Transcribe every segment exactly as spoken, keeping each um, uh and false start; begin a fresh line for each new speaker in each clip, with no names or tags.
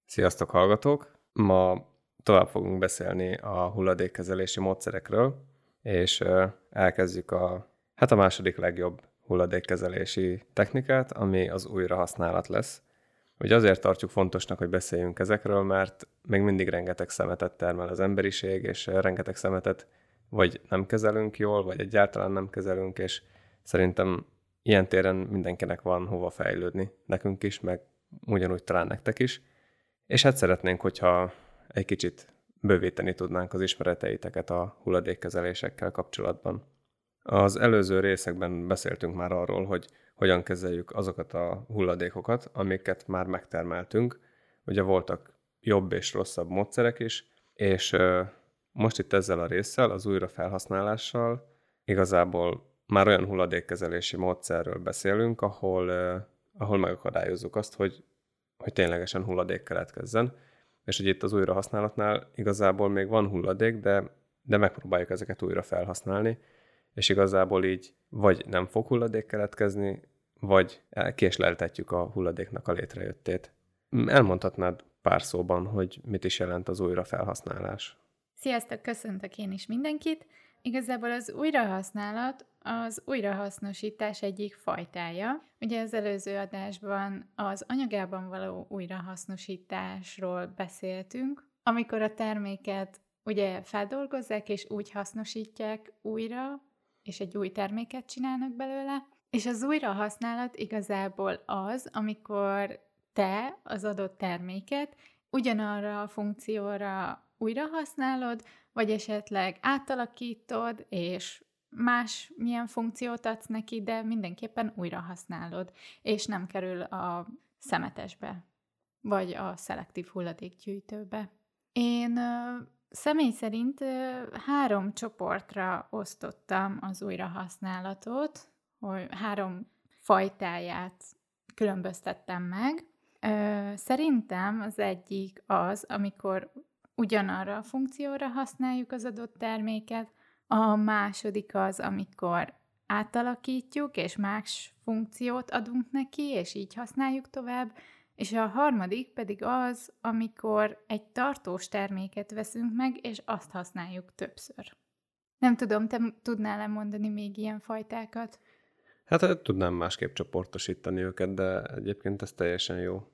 Sziasztok, hallgatók! Ma tovább fogunk beszélni a hulladékkezelési módszerekről, és elkezdjük a, hát a második legjobb hulladékkezelési technikát, ami az újrahasználat lesz. Ugye azért tartjuk fontosnak, hogy beszéljünk ezekről, mert még mindig rengeteg szemetet termel az emberiség, és rengeteg szemetet vagy nem kezelünk jól, vagy egyáltalán nem kezelünk, és szerintem ilyen téren mindenkinek van hova fejlődni. Nekünk is, meg ugyanúgy talán nektek is. És hát szeretnénk, hogyha egy kicsit bővíteni tudnánk az ismereteiteket a hulladékkezelésekkel kapcsolatban. Az előző részekben beszéltünk már arról, hogy hogyan kezeljük azokat a hulladékokat, amiket már megtermeltünk. Ugye voltak jobb és rosszabb módszerek is, és most itt ezzel a résszel, az újrafelhasználással igazából már olyan hulladékkezelési módszerről beszélünk, ahol, ahol megakadályozzuk azt, hogy hogy ténylegesen hulladék keletkezzen, és hogy itt az újrahasználatnál igazából még van hulladék, de, de megpróbáljuk ezeket újra felhasználni, és igazából így vagy nem fog hulladék keletkezni, vagy késleltetjük a hulladéknak a létrejöttét. Elmondhatnád pár szóban, hogy mit is jelent az újrafelhasználás?
Sziasztok, köszöntök én is mindenkit! Igazából az újrahasználat az újrahasznosítás egyik fajtája. Ugye az előző adásban az anyagában való újrahasznosításról beszéltünk, amikor a terméket ugye feldolgozzák és úgy hasznosítják újra, és egy új terméket csinálnak belőle, és az újrahasználat igazából az, amikor te az adott terméket ugyanarra a funkcióra újra használod, vagy esetleg átalakítod, és más milyen funkciót adsz neki, de mindenképpen újra használod, és nem kerül a szemetesbe, vagy a szelektív hulladékgyűjtőbe. Én ö, személy szerint ö, három csoportra osztottam az újrahasználatot, hogy három fajtáját különböztettem meg. Ö, szerintem az egyik az, amikor ugyanarra a funkcióra használjuk az adott terméket, a második az, amikor átalakítjuk, és más funkciót adunk neki, és így használjuk tovább, és a harmadik pedig az, amikor egy tartós terméket veszünk meg, és azt használjuk többször. Nem tudom, te tudnál-e mondani még ilyen fajtákat?
Hát tudnám másképp csoportosítani őket, de egyébként ez teljesen jó.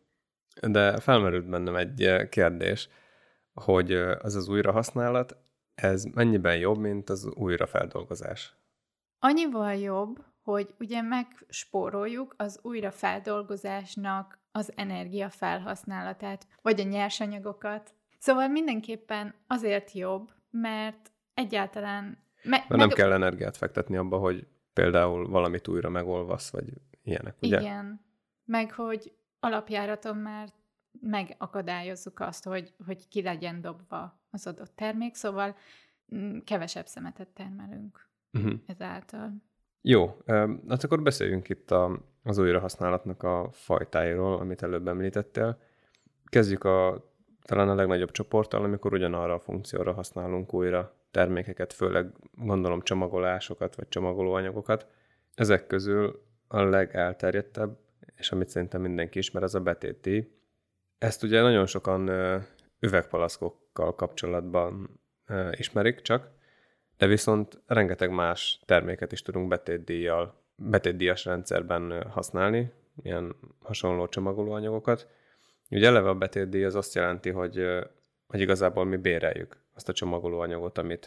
De felmerült bennem egy kérdés, hogy az az újrahasználat, ez mennyiben jobb, mint az újrafeldolgozás?
Annyival jobb, hogy ugye megspóroljuk az újrafeldolgozásnak az energiafelhasználatát, vagy a nyersanyagokat. Szóval mindenképpen azért jobb, mert egyáltalán... Me-
mert
meg...
nem kell energiát fektetni abba, hogy például valamit újra megolvasz, vagy ilyenek, ugye?
Igen, meg hogy alapjáraton már megakadályozzuk azt, hogy, hogy ki legyen dobva az adott termék, szóval kevesebb szemetet termelünk uh-huh. ezáltal.
Jó, hát akkor beszéljünk itt a, az újrahasználatnak a fajtáiról, amit előbb említettél. Kezdjük a talán a legnagyobb csoporttal, amikor ugyanarra a funkcióra használunk újra termékeket, főleg gondolom csomagolásokat, vagy csomagolóanyagokat. Ezek közül a legelterjedtebb, és amit szerintem mindenki ismer, az a betétdíj. Ezt ugye nagyon sokan üvegpalaszkokkal kapcsolatban ismerik csak, de viszont rengeteg más terméket is tudunk betétdíjjal, betétdíjas rendszerben használni, ilyen hasonló csomagolóanyagokat. Ugye eleve a betétdíj az azt jelenti, hogy, hogy igazából mi béreljük azt a csomagolóanyagot, amit,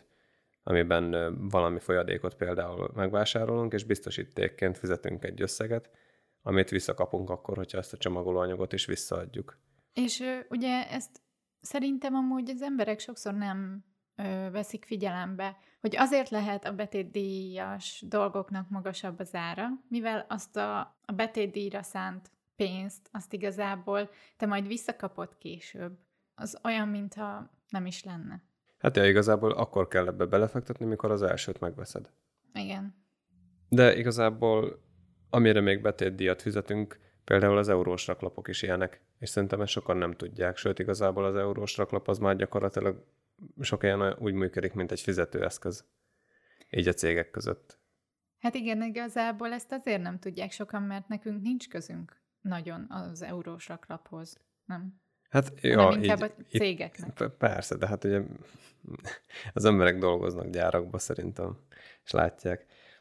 amiben valami folyadékot például megvásárolunk, és biztosítékként fizetünk egy összeget, amit visszakapunk akkor, hogyha ezt a csomagolóanyagot is visszaadjuk.
És ugye ezt szerintem amúgy az emberek sokszor nem ö, veszik figyelembe, hogy azért lehet a betétdíjas dolgoknak magasabb az ára, mivel azt a, a betétdíjra szánt pénzt, azt igazából te majd visszakapod később. Az olyan, mintha nem is lenne.
Hát ja, igazából akkor kell ebbe belefektetni, mikor az elsőt megveszed.
Igen.
De igazából amire még betétdíjat fizetünk, például az eurós raklapok is ilyenek, és szerintem ezt sokan nem tudják, sőt igazából az eurós raklap az már gyakorlatilag sok ilyen úgy működik, mint egy fizetőeszköz, így a cégek között.
Hát igen, igazából ezt azért nem tudják sokan, mert nekünk nincs közünk nagyon az eurós raklaphoz, nem?
Hát,
hanem
ja,
inkább
így,
a cégeknek.
így, persze, de hát ugye az emberek dolgoznak gyárakba szerintem, és látják.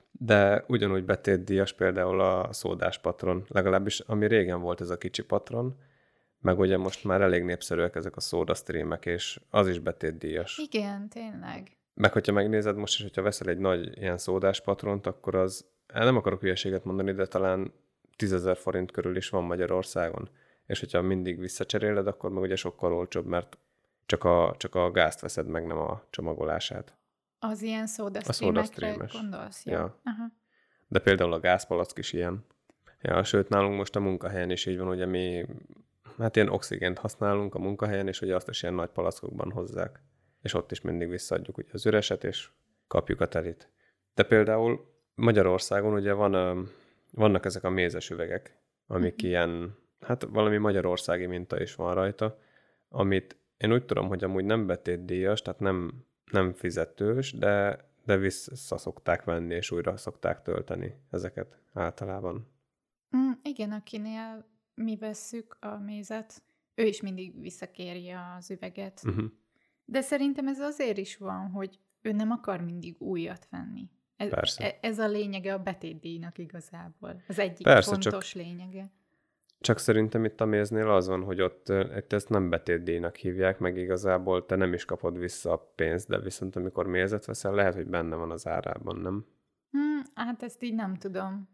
De ugyanúgy betétdíjas például a szódás patron, legalábbis ami régen volt ez a kicsi patron, meg ugye most már elég népszerűek ezek a szódasztrímek, és az is betétdíjas.
Igen, tényleg.
Meg hogyha megnézed most is, hogyha veszel egy nagy ilyen szódás patront, akkor az, hát nem akarok hülyeséget mondani, de talán tízezer forint körül is van Magyarországon. És hogyha mindig visszacseréled, akkor meg ugye sokkal olcsóbb, mert csak a, csak a gázt veszed meg, nem a csomagolását.
Az ilyen
A
szódasztrímekre
szódasztrímes.
gondolsz? Ja.
Ja.
Aha.
De például a gázpalack is ilyen. Ja, sőt, nálunk most a munkahelyen is így van, ugye mi hát ilyen oxigént használunk a munkahelyen, és ugye azt is ilyen nagy palackokban hozzák. És ott is mindig visszaadjuk ugye az üreset, és kapjuk a telit. De például Magyarországon ugye van, vannak ezek a mézes üvegek, amik uh-huh. ilyen, hát valami magyarországi minta is van rajta, amit én úgy tudom, hogy amúgy nem betétdíjas, tehát nem, nem fizetős, de, de vissza szokták venni, és újra szokták tölteni ezeket általában.
Mm, igen, akinél mi vesszük a mézet, ő is mindig visszakéri az üveget.
Uh-huh.
De szerintem ez azért is van, hogy ő nem akar mindig újat venni. Ez,
Persze.
ez a lényege a betétdíjnak igazából. Az egyik
Persze,
fontos
csak,
lényege.
Csak szerintem itt a méznél az van, hogy ott itt ezt nem betétdíjnak hívják, meg igazából te nem is kapod vissza a pénzt, de viszont amikor mézet veszel, lehet, hogy benne van az árában, nem?
Hmm, hát ezt így nem tudom.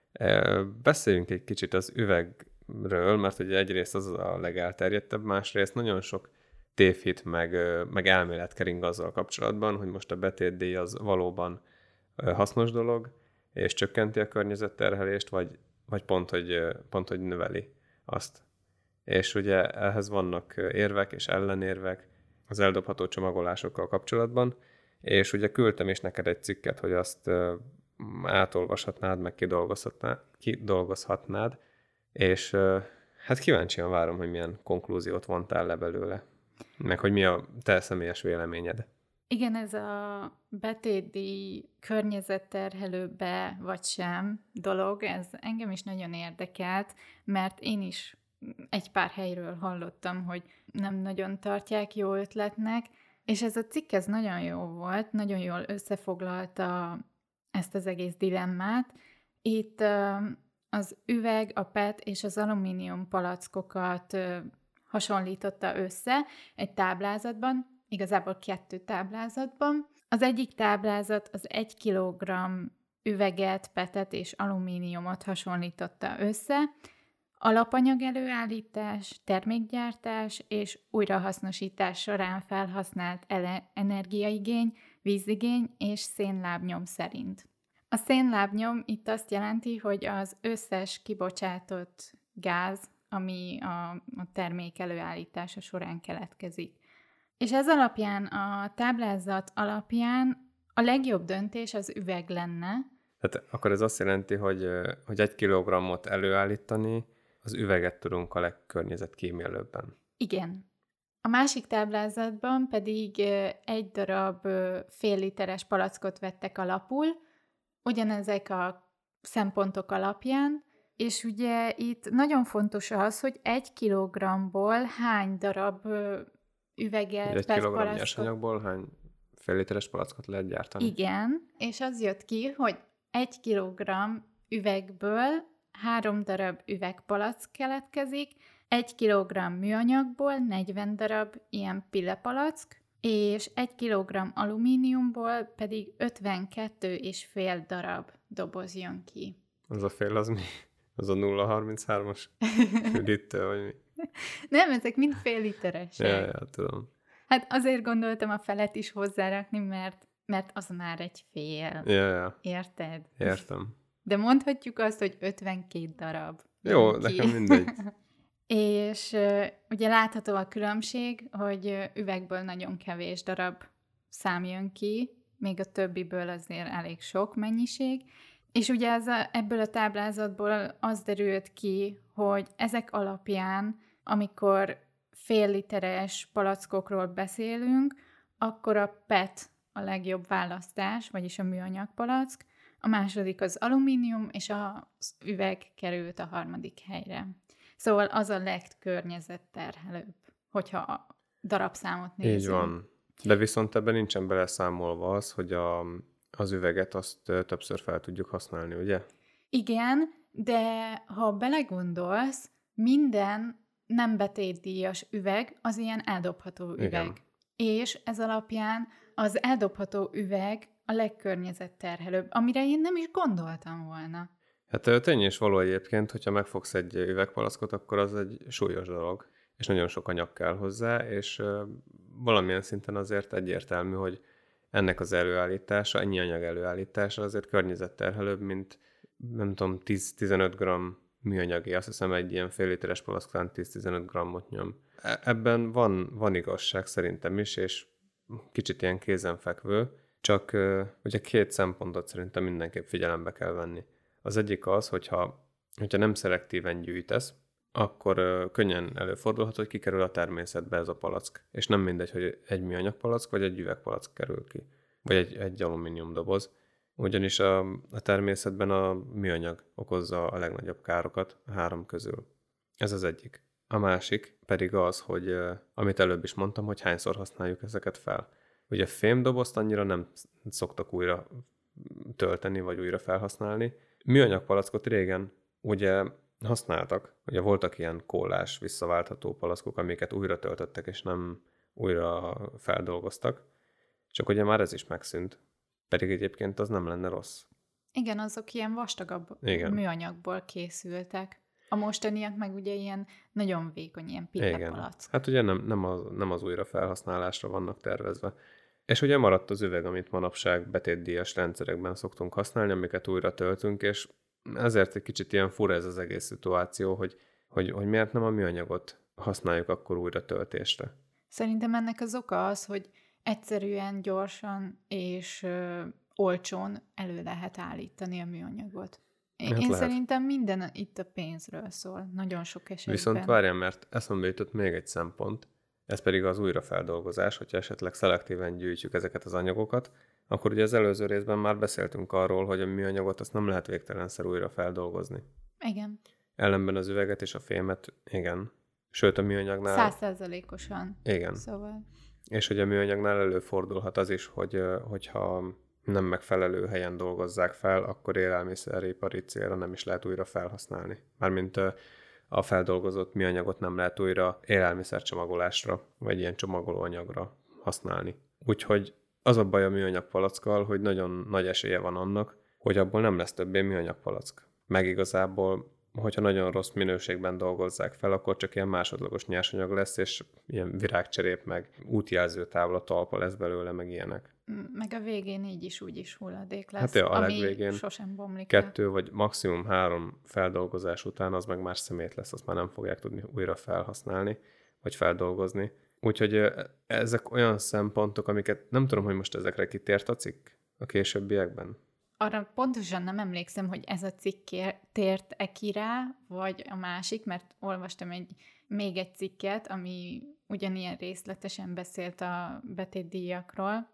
Beszéljünk egy kicsit az üvegről, mert ugye egyrészt az a legelterjedtebb, másrészt nagyon sok tévhit meg, meg elmélet kering azzal kapcsolatban, hogy most a betétdíj az valóban hasznos dolog, és csökkenti a környezetterhelést, vagy, vagy pont, hogy, pont, hogy növeli azt. És ugye ehhez vannak érvek és ellenérvek az eldobható csomagolásokkal kapcsolatban, és ugye küldtem is neked egy cikket, hogy azt átolvashatnád, meg kidolgozhatnád, kidolgozhatnád, és hát kíváncsian várom, hogy milyen konklúziót vontál le belőle, meg hogy mi a te személyes véleményed.
Igen, ez a betétdíj környezetterhelőbe vagy sem dolog, ez engem is nagyon érdekelt, mert én is egy pár helyről hallottam, hogy nem nagyon tartják jó ötletnek, és ez a cikk ez nagyon jó volt, nagyon jól összefoglalta ezt az egész dilemmát. Itt az üveg, a pé é té és az alumínium palackokat hasonlította össze egy táblázatban, igazából kettő táblázatban. Az egyik táblázat az egy kilogramm üveget, petet és alumíniumot hasonlította össze, alapanyag előállítás, termékgyártás és újrahasznosítás során felhasznált ele- energiaigény, vízigény és szénlábnyom szerint. A szénlábnyom itt azt jelenti, hogy az összes kibocsátott gáz, ami a, a termék előállítása során keletkezik. És ez alapján, a táblázat alapján a legjobb döntés az üveg lenne.
Tehát akkor ez azt jelenti, hogy, hogy egy kilogrammot előállítani, az üveget tudunk a legkörnyezetkímélőbben.
Igen. A másik táblázatban pedig egy darab fél literes palackot vettek alapul, ugyanezek a szempontok alapján, és ugye itt nagyon fontos az, hogy egy kilogramból hány darab üveget,
egy kilogramm nyersanyagból hány fél literes palackot lehet gyártani?
Igen, és az jött ki, hogy egy kilogramm üvegből három darab üvegpalack keletkezik, egy kilogramm műanyagból negyven darab ilyen pillepalack, és egy kilogramm alumíniumból pedig ötvenkettő és fél darab doboz jön ki.
Az a fél az mi? Az a nulla harminchárom-as liter, vagy mi?
Nem, ezek mind fél literesek.
Ja, ja, tudom.
Hát azért gondoltam a felet is hozzárakni, mert, mert az már egy fél.
Ja, ja.
Érted?
Értem.
De mondhatjuk azt, hogy ötvenkét darab.
Jó, nekem mindegy.
És uh, ugye látható a különbség, hogy uh, üvegből nagyon kevés darab szám jön ki, még a többiből azért elég sok mennyiség. És ugye ez a, ebből a táblázatból az derült ki, hogy ezek alapján, amikor fél literes palackokról beszélünk, akkor a pé é té a legjobb választás, vagyis a műanyag palack, a második az alumínium, és az üveg került a harmadik helyre. Szóval az a legkörnyezetterhelőbb, hogyha a darabszámot nézzük.
Így van. De viszont ebben nincsen beleszámolva az, hogy a, az üveget azt többször fel tudjuk használni, ugye?
Igen, de ha belegondolsz, minden nem betétdíjas üveg az ilyen eldobható üveg.
Igen.
És ez alapján az eldobható üveg a legkörnyezetterhelőbb, amire én nem is gondoltam volna.
Hát tény és való egyébként, hogyha megfogsz egy üvegpalackot, akkor az egy súlyos dolog, és nagyon sok anyag kell hozzá, és valamilyen szinten azért egyértelmű, hogy ennek az előállítása, ennyi anyag előállítása azért környezetterhelőbb, mint nem tudom, tíz-tizenöt gramm műanyagé. Azt hiszem, egy ilyen fél literes palack tíz-tizenöt grammot nyom. Ebben van, van igazság szerintem is, és kicsit ilyen kézenfekvő, csak ugye két szempontot szerintem mindenképp figyelembe kell venni. Az egyik az, hogyha, hogyha nem szelektíven gyűjtesz, akkor ö, könnyen előfordulhat, hogy kikerül a természetbe ez a palack. És nem mindegy, hogy egy műanyag palack, vagy egy üvegpalack kerül ki. Vagy egy, egy alumínium doboz. Ugyanis a, a természetben a műanyag okozza a legnagyobb károkat a három közül. Ez az egyik. A másik pedig az, hogy ö, amit előbb is mondtam, hogy hányszor használjuk ezeket fel. Ugye fémdobozt annyira nem szoktak újra tölteni, vagy újra felhasználni. Műanyag palackot régen ugye használtak. Ugye voltak ilyen kólás, visszaváltható palackok, amiket újra töltöttek, és nem újra feldolgoztak. Csak ugye már ez is megszűnt. Pedig egyébként az nem lenne rossz.
Igen, azok ilyen vastagabb
Igen.
műanyagból készültek. A mostaniak meg ugye ilyen nagyon vékony, ilyen pitepalack.
Hát ugye nem, nem, az, nem az újra felhasználásra vannak tervezve. És ugye maradt az üveg, amit manapság betétdíjas rendszerekben szoktunk használni, amiket újra töltünk, és ezért egy kicsit ilyen fura ez az egész szituáció, hogy, hogy, hogy miért nem a műanyagot használjuk akkor újra töltésre.
Szerintem ennek az oka az, hogy egyszerűen, gyorsan és ö, olcsón elő lehet állítani a műanyagot. Én,
Hát
én
lehet.
szerintem minden itt a pénzről szól, nagyon sok esetben.
Viszont várjál, mert eszembe jutott még egy szempont, ez pedig az újrafeldolgozás, hogyha esetleg szelektíven gyűjtjük ezeket az anyagokat, akkor ugye az előző részben már beszéltünk arról, hogy a műanyagot azt nem lehet végtelenszer újra feldolgozni.
Igen.
Ellenben az üveget és a fémet, igen. Sőt, a műanyagnál...
Százszázalékosan.
Igen.
Szóval...
És hogy a műanyagnál előfordulhat az is, hogy hogyha nem megfelelő helyen dolgozzák fel, akkor élelmiszeripari célra nem is lehet újra felhasználni. Mármint a feldolgozott műanyagot nem lehet újra élelmiszercsomagolásra, vagy ilyen csomagolóanyagra használni. Úgyhogy az a baj a műanyag palackkal, hogy nagyon nagy esélye van annak, hogy abból nem lesz többé műanyag palack. Meg igazából, hogyha nagyon rossz minőségben dolgozzák fel, akkor csak ilyen másodlagos nyersanyag lesz, és ilyen virágcserép, meg útjelzőtábla, talpa lesz belőle, meg ilyenek.
Meg a végén így is úgy is hulladék lesz,
hát ja, a
ami
legvégén
sosem bomlik
kettő el. Vagy maximum három feldolgozás után az meg már szemét lesz, azt már nem fogják tudni újra felhasználni, vagy feldolgozni. Úgyhogy ezek olyan szempontok, amiket nem tudom, hogy most ezekre kitért a cikk a későbbiekben.
Arra pontosan nem emlékszem, hogy ez a cikk tért-e ki rá, vagy a másik, mert olvastam egy, még egy cikket, ami ugyanilyen részletesen beszélt a betétdíjakról,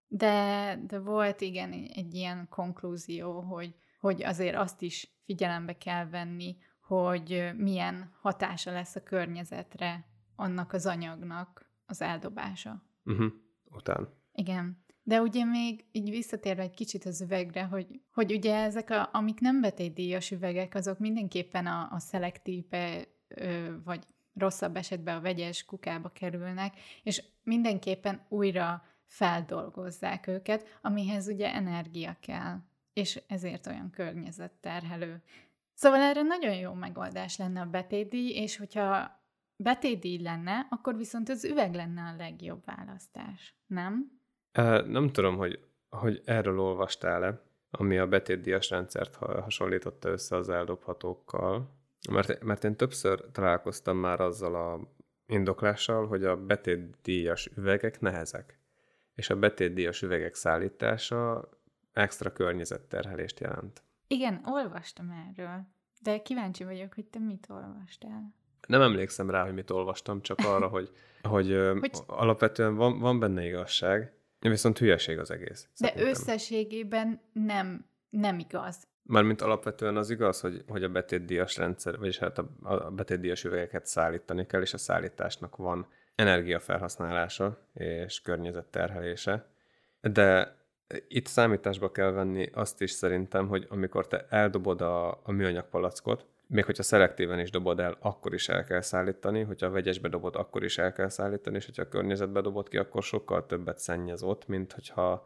de, de volt igen egy ilyen konklúzió, hogy, hogy azért azt is figyelembe kell venni, hogy milyen hatása lesz a környezetre annak az anyagnak az eldobása.
Uh-huh. Után.
Igen. De ugye még így visszatérve egy kicsit az üvegre, hogy, hogy ugye ezek, a, amik nem betétdíjas üvegek, azok mindenképpen a, a szelektívbe, ö, vagy rosszabb esetben a vegyes kukába kerülnek, és mindenképpen újra feldolgozzák őket, amihez ugye energia kell, és ezért olyan környezetterhelő. Szóval erre nagyon jó megoldás lenne a betétdíj, és hogyha betétdíj lenne, akkor viszont az üveg lenne a legjobb választás, nem?
Nem tudom, hogy, hogy erről olvastál-e, ami a betétdíjas rendszert hasonlította össze az eldobhatókkal, mert, mert én többször találkoztam már azzal a indoklással, hogy a betétdíjas üvegek nehezek, és a betétdíjas üvegek szállítása extra környezetterhelést jelent.
Igen, olvastam erről, de kíváncsi vagyok, hogy te mit olvastál.
Nem emlékszem rá, hogy mit olvastam, csak arra, hogy, hogy, hogy alapvetően van, van benne igazság, viszont hülyeség az egész.
De szerintem. Összességében nem, nem igaz.
Mármint alapvetően az igaz, hogy, hogy a betétdíjas rendszer, vagyis hát a, a betétdíjas üvegeket szállítani kell, és a szállításnak van energiafelhasználása és környezetterhelése. De itt számításba kell venni azt is szerintem, hogy amikor te eldobod a, a műanyag palackot, még hogyha szelektíven is dobod el, akkor is el kell szállítani, hogyha a vegyesbe dobod, akkor is el kell szállítani, és hogyha a környezetbe dobod ki, akkor sokkal többet szennyez ott, mint hogyha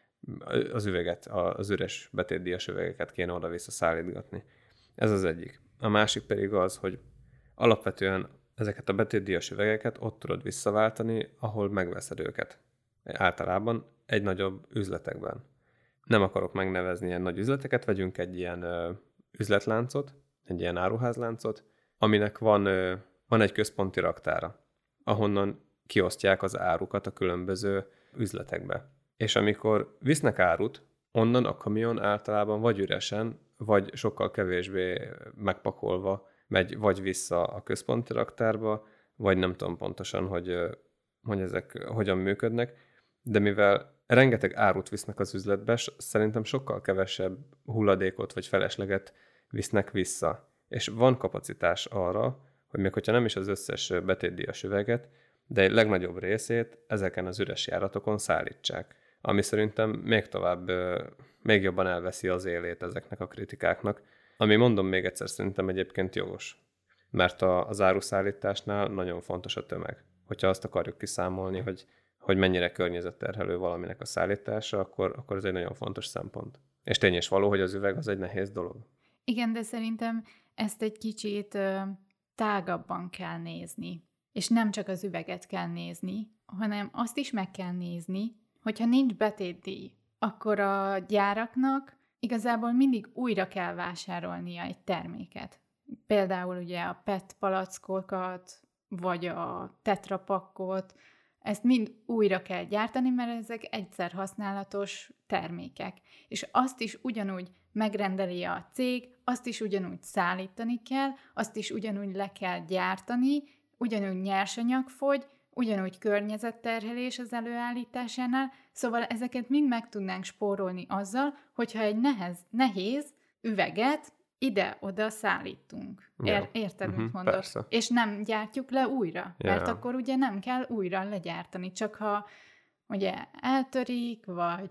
az üveget, az üres betétdíjas üvegeket kéne oda-vissza szállítgatni. Ez az egyik. A másik pedig az, hogy alapvetően ezeket a betétdíjas üvegeket ott tudod visszaváltani, ahol megveszed őket. Általában egy nagyobb üzletekben. Nem akarok megnevezni ilyen nagy üzleteket, vegyünk egy ilyen ö, üzletláncot, egy ilyen áruházláncot, aminek van, ö, van egy központi raktára, ahonnan kiosztják az árukat a különböző üzletekbe. És amikor visznek árut, onnan a kamion általában vagy üresen, vagy sokkal kevésbé megpakolva megy vagy vissza a központi raktárba, vagy nem tudom pontosan, hogy, hogy ezek hogyan működnek, de mivel rengeteg árut visznek az üzletbe, szerintem sokkal kevesebb hulladékot vagy felesleget visznek vissza. És van kapacitás arra, hogy még hogyha nem is az összes betétdíjas üveget, de egy legnagyobb részét ezeken az üres járatokon szállítsák. Ami szerintem még tovább, még jobban elveszi az élét ezeknek a kritikáknak, ami mondom még egyszer szerintem egyébként jogos. Mert a, az áruszállításnál nagyon fontos a tömeg. Hogyha azt akarjuk kiszámolni, hogy, hogy mennyire környezetterhelő valaminek a szállítása, akkor, akkor ez egy nagyon fontos szempont. És tény és való, hogy az üveg az egy nehéz dolog.
Igen, de szerintem ezt egy kicsit ö, tágabban kell nézni. És nem csak az üveget kell nézni, hanem azt is meg kell nézni, hogyha nincs betétdíj, akkor a gyáraknak igazából mindig újra kell vásárolnia egy terméket. Például ugye a pé é té palackokat, vagy a tetrapakkot, ezt mind újra kell gyártani, mert ezek egyszer használatos termékek. És azt is ugyanúgy megrendeli a cég, azt is ugyanúgy szállítani kell, azt is ugyanúgy le kell gyártani, ugyanúgy nyersanyag fogy, ugyanúgy környezetterhelés az előállításánál, szóval ezeket mind meg tudnánk spórolni azzal, hogyha egy nehez, nehéz üveget ide-oda szállítunk.
Ja.
Érted,
uh-huh,
mit mondok?
Persze.
És nem gyártjuk le újra,
Ja.
mert akkor ugye nem kell újra legyártani, csak ha ugye eltörik, vagy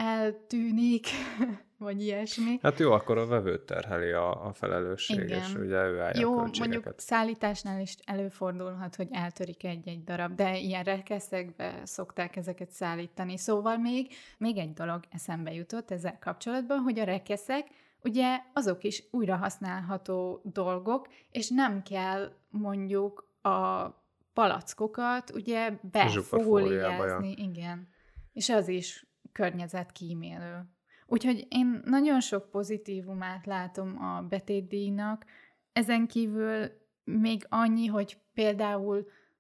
eltűnik, vagy ilyesmi.
Hát jó, akkor a vevőt terheli a, a felelősség,
Igen.
és ugye ő állja
Jó,
a költségeket.
mondjuk szállításnál is előfordulhat, hogy eltörik egy-egy darab, de ilyen rekeszekbe szokták ezeket szállítani. Szóval még, még egy dolog eszembe jutott ezzel kapcsolatban, hogy a rekeszek, ugye azok is újra használható dolgok, és nem kell mondjuk a palackokat ugye befóliázni. Igen. És az is környezetkímélő. Úgyhogy én nagyon sok pozitívumát látom a betétdíjnak. Ezen kívül még annyi, hogy például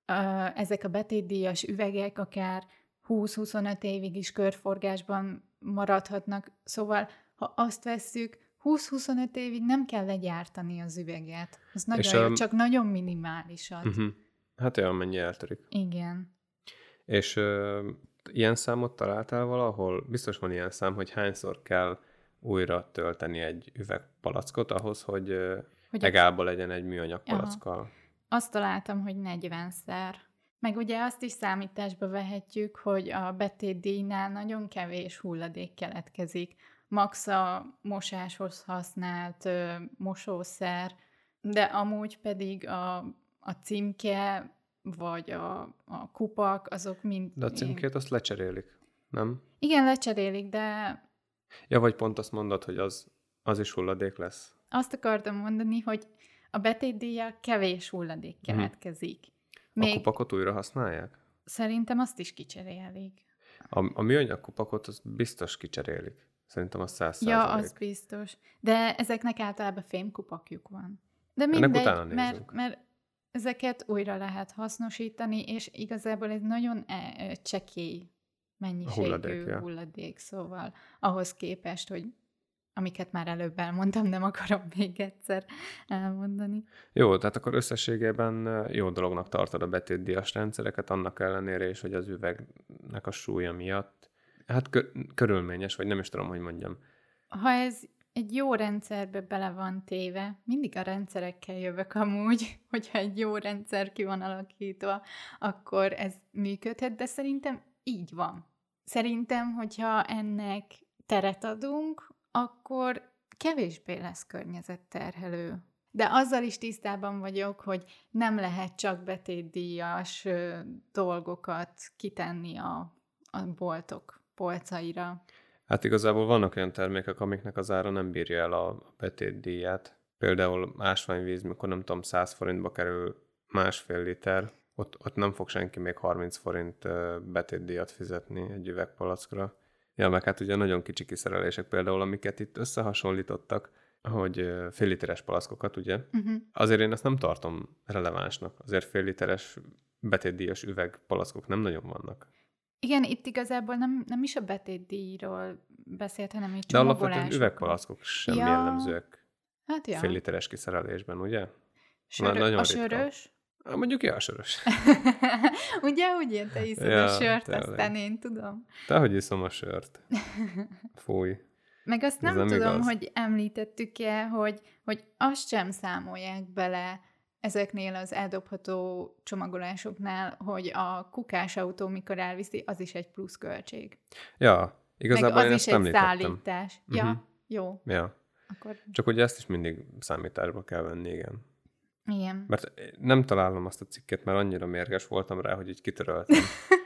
uh, ezek a betétdíjas üvegek akár húsz-huszonöt évig is körforgásban maradhatnak. Szóval, ha azt vesszük, húsz-huszonöt évig nem kell legyártani az üveget. Az nagyon jó, a... csak nagyon minimálisat.
Uh-huh. Hát olyan mennyi eltörik.
Igen.
És uh, ilyen számot találtál valahol? Biztos van ilyen szám, hogy hányszor kell újra tölteni egy üvegpalackot ahhoz, hogy, uh, hogy egálba legyen egy műanyag palackkal.
Azt találtam, hogy negyvenszer. Meg ugye azt is számításba vehetjük, hogy a betétdíjnál nagyon kevés hulladék keletkezik. Max a mosáshoz használt ö, mosószer, de amúgy pedig a, a címke vagy a, a kupak, azok mind...
De a címkét azt lecserélik, nem?
Igen, lecserélik, de...
Ja, vagy pont azt mondod, hogy az, az is hulladék lesz?
Azt akartam mondani, hogy a betétdíjjal kevés hulladék keletkezik.
Még... A kupakot újra használják?
Szerintem azt is kicserélik.
A, a műanyag kupakot azt biztos kicserélik. Szerintem az száz
Ja,
százalék.
az biztos. De ezeknek általában fémkupakjuk van. De mindegy, mert, mert ezeket újra lehet hasznosítani, és igazából ez nagyon e- csekély mennyiségű hulladék, ja. hulladék, szóval ahhoz képest, hogy amiket már előbb elmondtam, nem akarom még egyszer elmondani.
Jó, tehát akkor összességében jó dolognak tartod a betétdíjas rendszereket, annak ellenére is, hogy az üvegnek a súlya miatt hát kö- körülményes, vagy nem is tudom, hogy mondjam.
Ha ez egy jó rendszerbe bele van téve. Mindig a rendszerekkel jövök amúgy, hogyha egy jó rendszer ki van alakítva, akkor ez működhet, de szerintem így van. Szerintem, hogyha ennek teret adunk, akkor kevésbé lesz környezetterhelő. De azzal is tisztában vagyok, hogy nem lehet csak betétdíjas ö, dolgokat kitenni a, a boltok polcaira.
Hát igazából vannak olyan termékek, amiknek az ára nem bírja el a betétdíját. Például ásványvíz, mikor nem tudom, száz forintba kerül másfél liter, ott, ott nem fog senki még harminc forint betétdíjat fizetni egy üvegpalackra. Ja, meg hát ugye nagyon kicsi kiszerelések például, amiket itt összehasonlítottak, hogy fél literes palackokat, ugye? Uh-huh. Azért én ezt nem tartom relevánsnak. Azért fél literes betétdíjas üvegpalackok nem nagyon vannak.
Igen, itt igazából nem, nem is a betétdíjról beszélt, hanem egy
de alapvetően üvegpalackok sem
ja.
jellemzőek
hát ja.
fél literes kiszerelésben, ugye?
Sör,
Na, nagyon
a
ritka.
sörös?
Há, mondjuk ja, a sörös.
Ugye, úgy én te iszod ja, a sört, tényleg. Aztán én tudom.
Te, hogy iszom a sört. Fúj.
Meg azt nem, nem tudom,
igaz.
hogy említettük-e, hogy, hogy azt sem számolják bele ezeknél az eldobható csomagolásoknál, hogy a kukásautó, mikor elviszi, az is egy plusz költség.
Ja, igazából
meg az
én
is
ezt
egy
említettem.
Szállítás. Ja, uh-huh. Jó.
Ja.
Akkor...
Csak ugye ezt is mindig számításba kell venni, igen.
Igen.
Mert nem találom azt a cikket, mert annyira mérges voltam rá, hogy így kitöröltem.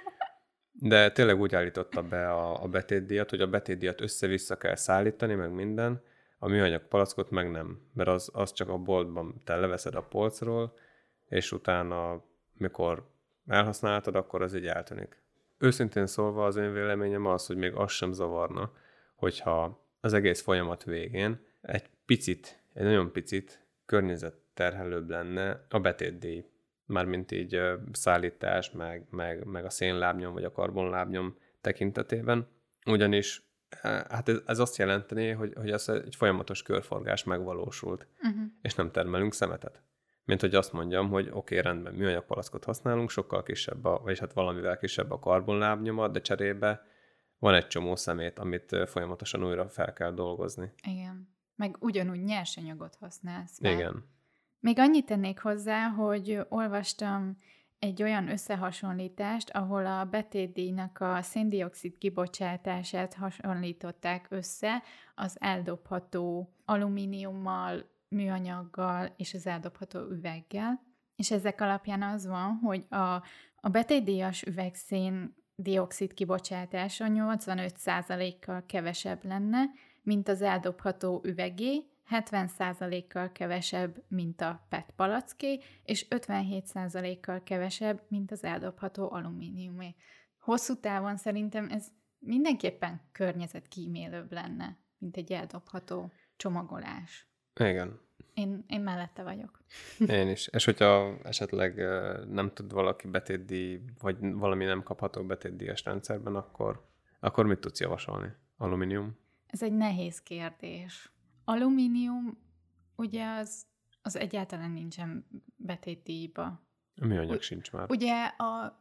De tényleg úgy állította be a, a betétdíjat, hogy a betétdíjat össze-vissza kell szállítani, meg minden, a műanyag palackot meg nem. Mert az, az csak a boltban te leveszed a polcról, és utána, mikor elhasználtad, akkor az így eltűnik. Őszintén szólva az én véleményem az, hogy még az sem zavarna, hogyha az egész folyamat végén egy picit, egy nagyon picit környezetterhelőbb lenne a betétdíj. Mármint így uh, szállítás, meg, meg, meg a szénlábnyom, vagy a karbonlábnyom tekintetében. Ugyanis hát ez, ez azt jelenteni, hogy, hogy ez egy folyamatos körforgás megvalósult, uh-huh. és nem termelünk szemetet. Mint hogy azt mondjam, hogy oké, okay, rendben, műanyag palackot használunk, sokkal kisebb, a, vagyis hát valamivel kisebb a karbonlábnyoma, de cserébe van egy csomó szemét, amit folyamatosan újra fel kell dolgozni.
Igen. Meg ugyanúgy nyersanyagot használsz. Már.
Igen.
Még annyit tennék hozzá, hogy olvastam egy olyan összehasonlítást, ahol a betétdíjnak a széndioxid kibocsátását hasonlították össze az eldobható alumíniummal, műanyaggal és az eldobható üveggel. És ezek alapján az van, hogy a, a betétdíjas üvegszén-dioxid kibocsátása nyolcvanöt százalékkal kevesebb lenne, mint az eldobható üvegé, hetven százalékkal kevesebb, mint a pé é té palacké, és ötvenhét százalékkal kevesebb, mint az eldobható alumíniumé. Hosszú távon szerintem ez mindenképpen környezetkímélőbb lenne, mint egy eldobható csomagolás.
Igen.
Én, én mellette vagyok.
Én is. És hogyha esetleg nem tud valaki betétdíj, vagy valami nem kapható betétdíjas rendszerben, akkor, akkor mit tudsz javasolni? Alumínium?
Ez egy nehéz kérdés. Alumínium, ugye az, az egyáltalán nincsen betétdíjba.
A műanyag U- sincs már.
Ugye a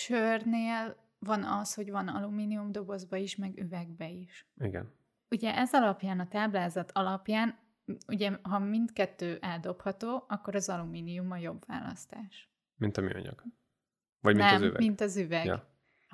sörnél van az, hogy van alumínium dobozba is, meg üvegbe is.
Igen.
Ugye ez alapján, a táblázat alapján, ugye ha mindkettő eldobható, akkor az alumínium a jobb választás.
Mint a műanyag? Vagy
Nem,
mint az üveg?
mint az üveg.
Ja.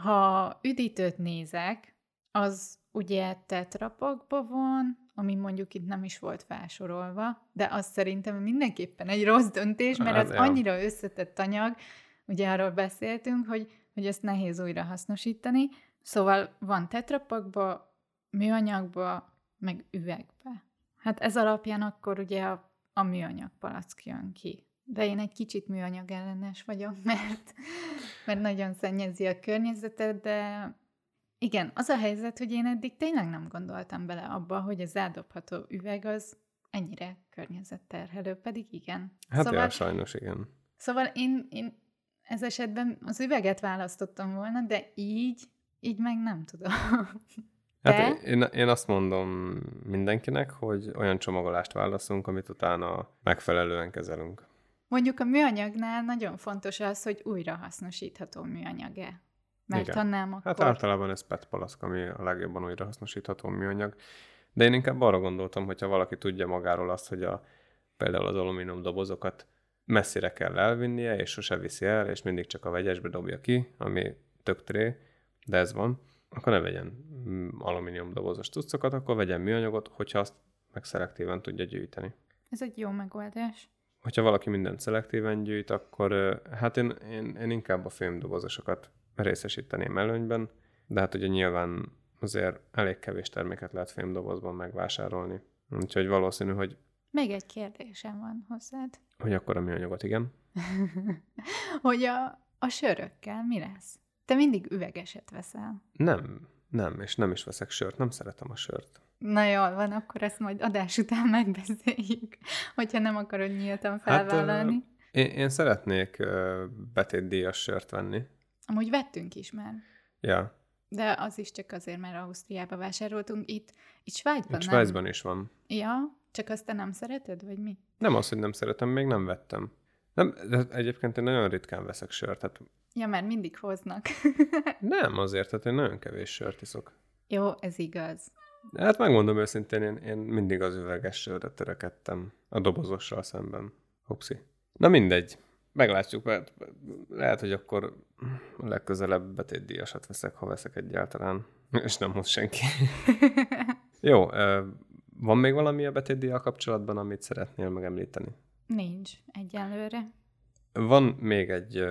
Ha üdítőt nézek, az ugye tetrapakban van, ami mondjuk itt nem is volt felsorolva, de az szerintem mindenképpen egy rossz döntés, mert az annyira összetett anyag, ugye arról beszéltünk, hogy, hogy ezt nehéz újra hasznosítani. Szóval van tetrapakba, műanyagba, meg üvegbe. Hát ez alapján akkor ugye a, a műanyag palack jön ki. De én egy kicsit műanyag ellenes vagyok, mert, mert nagyon szennyezi a környezetet, de igen, az a helyzet, hogy én eddig tényleg nem gondoltam bele abba, hogy az eldobható üveg az ennyire környezetterhelő, pedig igen.
Hát
szóval,
ja, sajnos igen.
Szóval én, én ez esetben az üveget választottam volna, de így, így meg nem tudom.
Hát én, én azt mondom mindenkinek, hogy olyan csomagolást válaszunk, amit utána megfelelően kezelünk.
Mondjuk a műanyagnál nagyon fontos az, hogy újrahasznosítható műanyag-e. Mert
igen.
ha nem, akkor...
Hát általában ez pé é té palack, ami a legjobban újrahasznosítható műanyag. De én inkább arra gondoltam, hogyha valaki tudja magáról azt, hogy a, például az alumínium dobozokat messzire kell elvinnie, és sose viszi el, és mindig csak a vegyesbe dobja ki, ami tök tré, de ez van, akkor ne vegyen alumínium dobozos cuccokat, akkor vegyen műanyagot, hogyha azt meg szelektíven tudja gyűjteni.
Ez egy jó megoldás.
Hogyha valaki mindent szelektíven gyűjt, akkor hát én, én, én inkább a fémdobozosokat részesíteném előnyben, de hát ugye nyilván azért elég kevés terméket lehet fémdobozban megvásárolni. Úgyhogy valószínű, hogy...
Még egy kérdésem van hozzád.
Hogy akkor a műanyagot, igen?
Hogy a, a sörökkel mi lesz? Te mindig üvegeset veszel.
Nem, nem, és nem is veszek sört, nem szeretem a sört.
Na jól van, akkor ezt majd adás után megbeszéljük, hogyha nem akarod nyíltan felvállalni. Hát,
én, én szeretnék betétdíjas sört venni.
Amúgy vettünk is már.
Ja.
De az is csak azért, mert Ausztriába vásároltunk. Itt, itt Svájcban
itt
nem.
Svájcban is van.
Ja, csak azt te nem szereted, vagy mi?
Nem az, hogy nem szeretem, még nem vettem. Nem, de egyébként én nagyon ritkán veszek sört. Hát...
Ja, mert mindig hoznak.
Nem azért, hát én nagyon kevés sört iszok.
Jó, ez igaz.
Hát megmondom őszintén, én, én mindig az üveges sörre törekedtem a dobozossal szemben. Hupszi. Na mindegy. Meglátjuk, mert lehet, hogy akkor a legközelebb betétdíjasat veszek, ha veszek egyáltalán. És nem hoz senki. Jó, van még valami a betétdíjjal kapcsolatban, amit szeretnél megemlíteni?
Nincs, egyelőre.
Van még egy,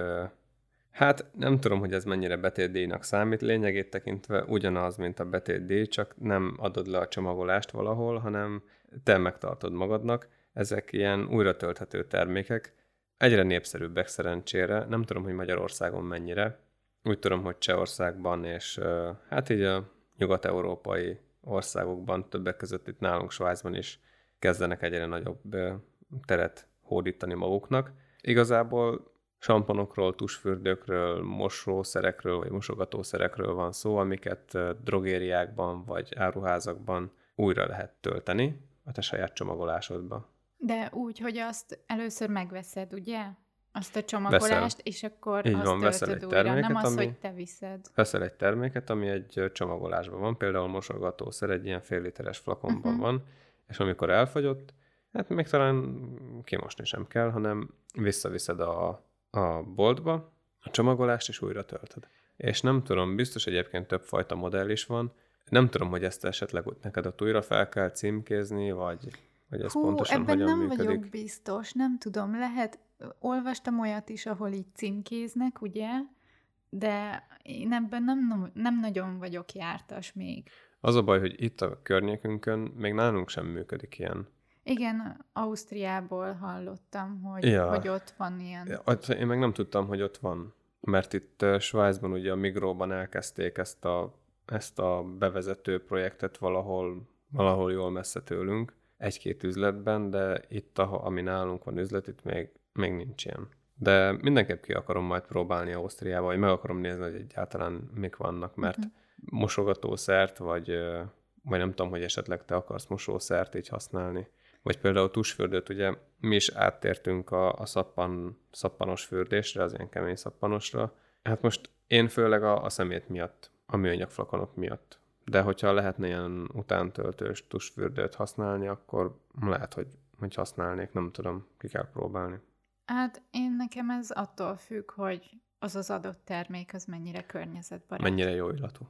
hát nem tudom, hogy ez mennyire betétdíjnak számít, lényegét tekintve ugyanaz, mint a betétdíj, csak nem adod le a csomagolást valahol, hanem te megtartod magadnak. Ezek ilyen újra tölthető termékek, egyre népszerűbbek szerencsére, nem tudom, hogy Magyarországon mennyire. Úgy tudom, hogy Csehországban és hát így a nyugat-európai országokban, többek között itt nálunk Svájcban is kezdenek egyre nagyobb teret hódítani maguknak. Igazából samponokról, tusfürdőkről, mosószerekről vagy mosogatószerekről van szó, amiket drogériákban vagy áruházakban újra lehet tölteni a te saját csomagolásodba.
De úgy, hogy azt először megveszed, ugye? Azt a csomagolást, veszel. És akkor
Így
azt
van,
töltöd újra, terméket, nem az, ami, hogy te viszed.
Veszel egy terméket, ami egy csomagolásban van, például mosogatószer egy ilyen fél literes flakonban uh-huh. van, és amikor elfogyott, hát még talán kimosni sem kell, hanem visszaviszed a, a boltba a csomagolást, és újra töltöd. És nem tudom, biztos egyébként több fajta modell is van, nem tudom, hogy ezt esetleg neked ott újra fel kell címkézni, vagy, vagy ez
Hú,
pontosan
ebben
hogyan
nem
működik.
vagyok biztos, nem tudom, lehet, olvastam olyat is, ahol így címkéznek, ugye, de én ebben nem, nem nagyon vagyok jártas még.
Az a baj, hogy itt a környékünkön még nálunk sem működik ilyen.
Igen, Ausztriából hallottam, hogy,
ja.
hogy ott van ilyen.
Én meg nem tudtam, hogy ott van, mert itt Svájcban ugye a Migróban elkezdték ezt a, ezt a bevezető projektet valahol, valahol jól messze tőlünk, egy-két üzletben, de itt, ami nálunk van üzlet, itt még, még nincs ilyen. De mindenképp ki akarom majd próbálni Ausztriába, vagy meg akarom nézni, hogy egyáltalán mik vannak, mert uh-huh. mosogatószert, vagy, vagy nem tudom, hogy esetleg te akarsz mosószert így használni. Vagy például tusfürdőt, ugye mi is áttértünk a, a szappan, szappanos fürdésre, az ilyen kemény szappanosra. Hát most én főleg a, a szemét miatt, a műanyag flakonok miatt. De hogyha lehetne ilyen utántöltős tusfürdőt használni, akkor lehet, hogy, hogy használnék, nem tudom, ki kell próbálni.
Hát én nekem ez attól függ, hogy az az adott termék az mennyire környezetbarát.
Mennyire jó illatú.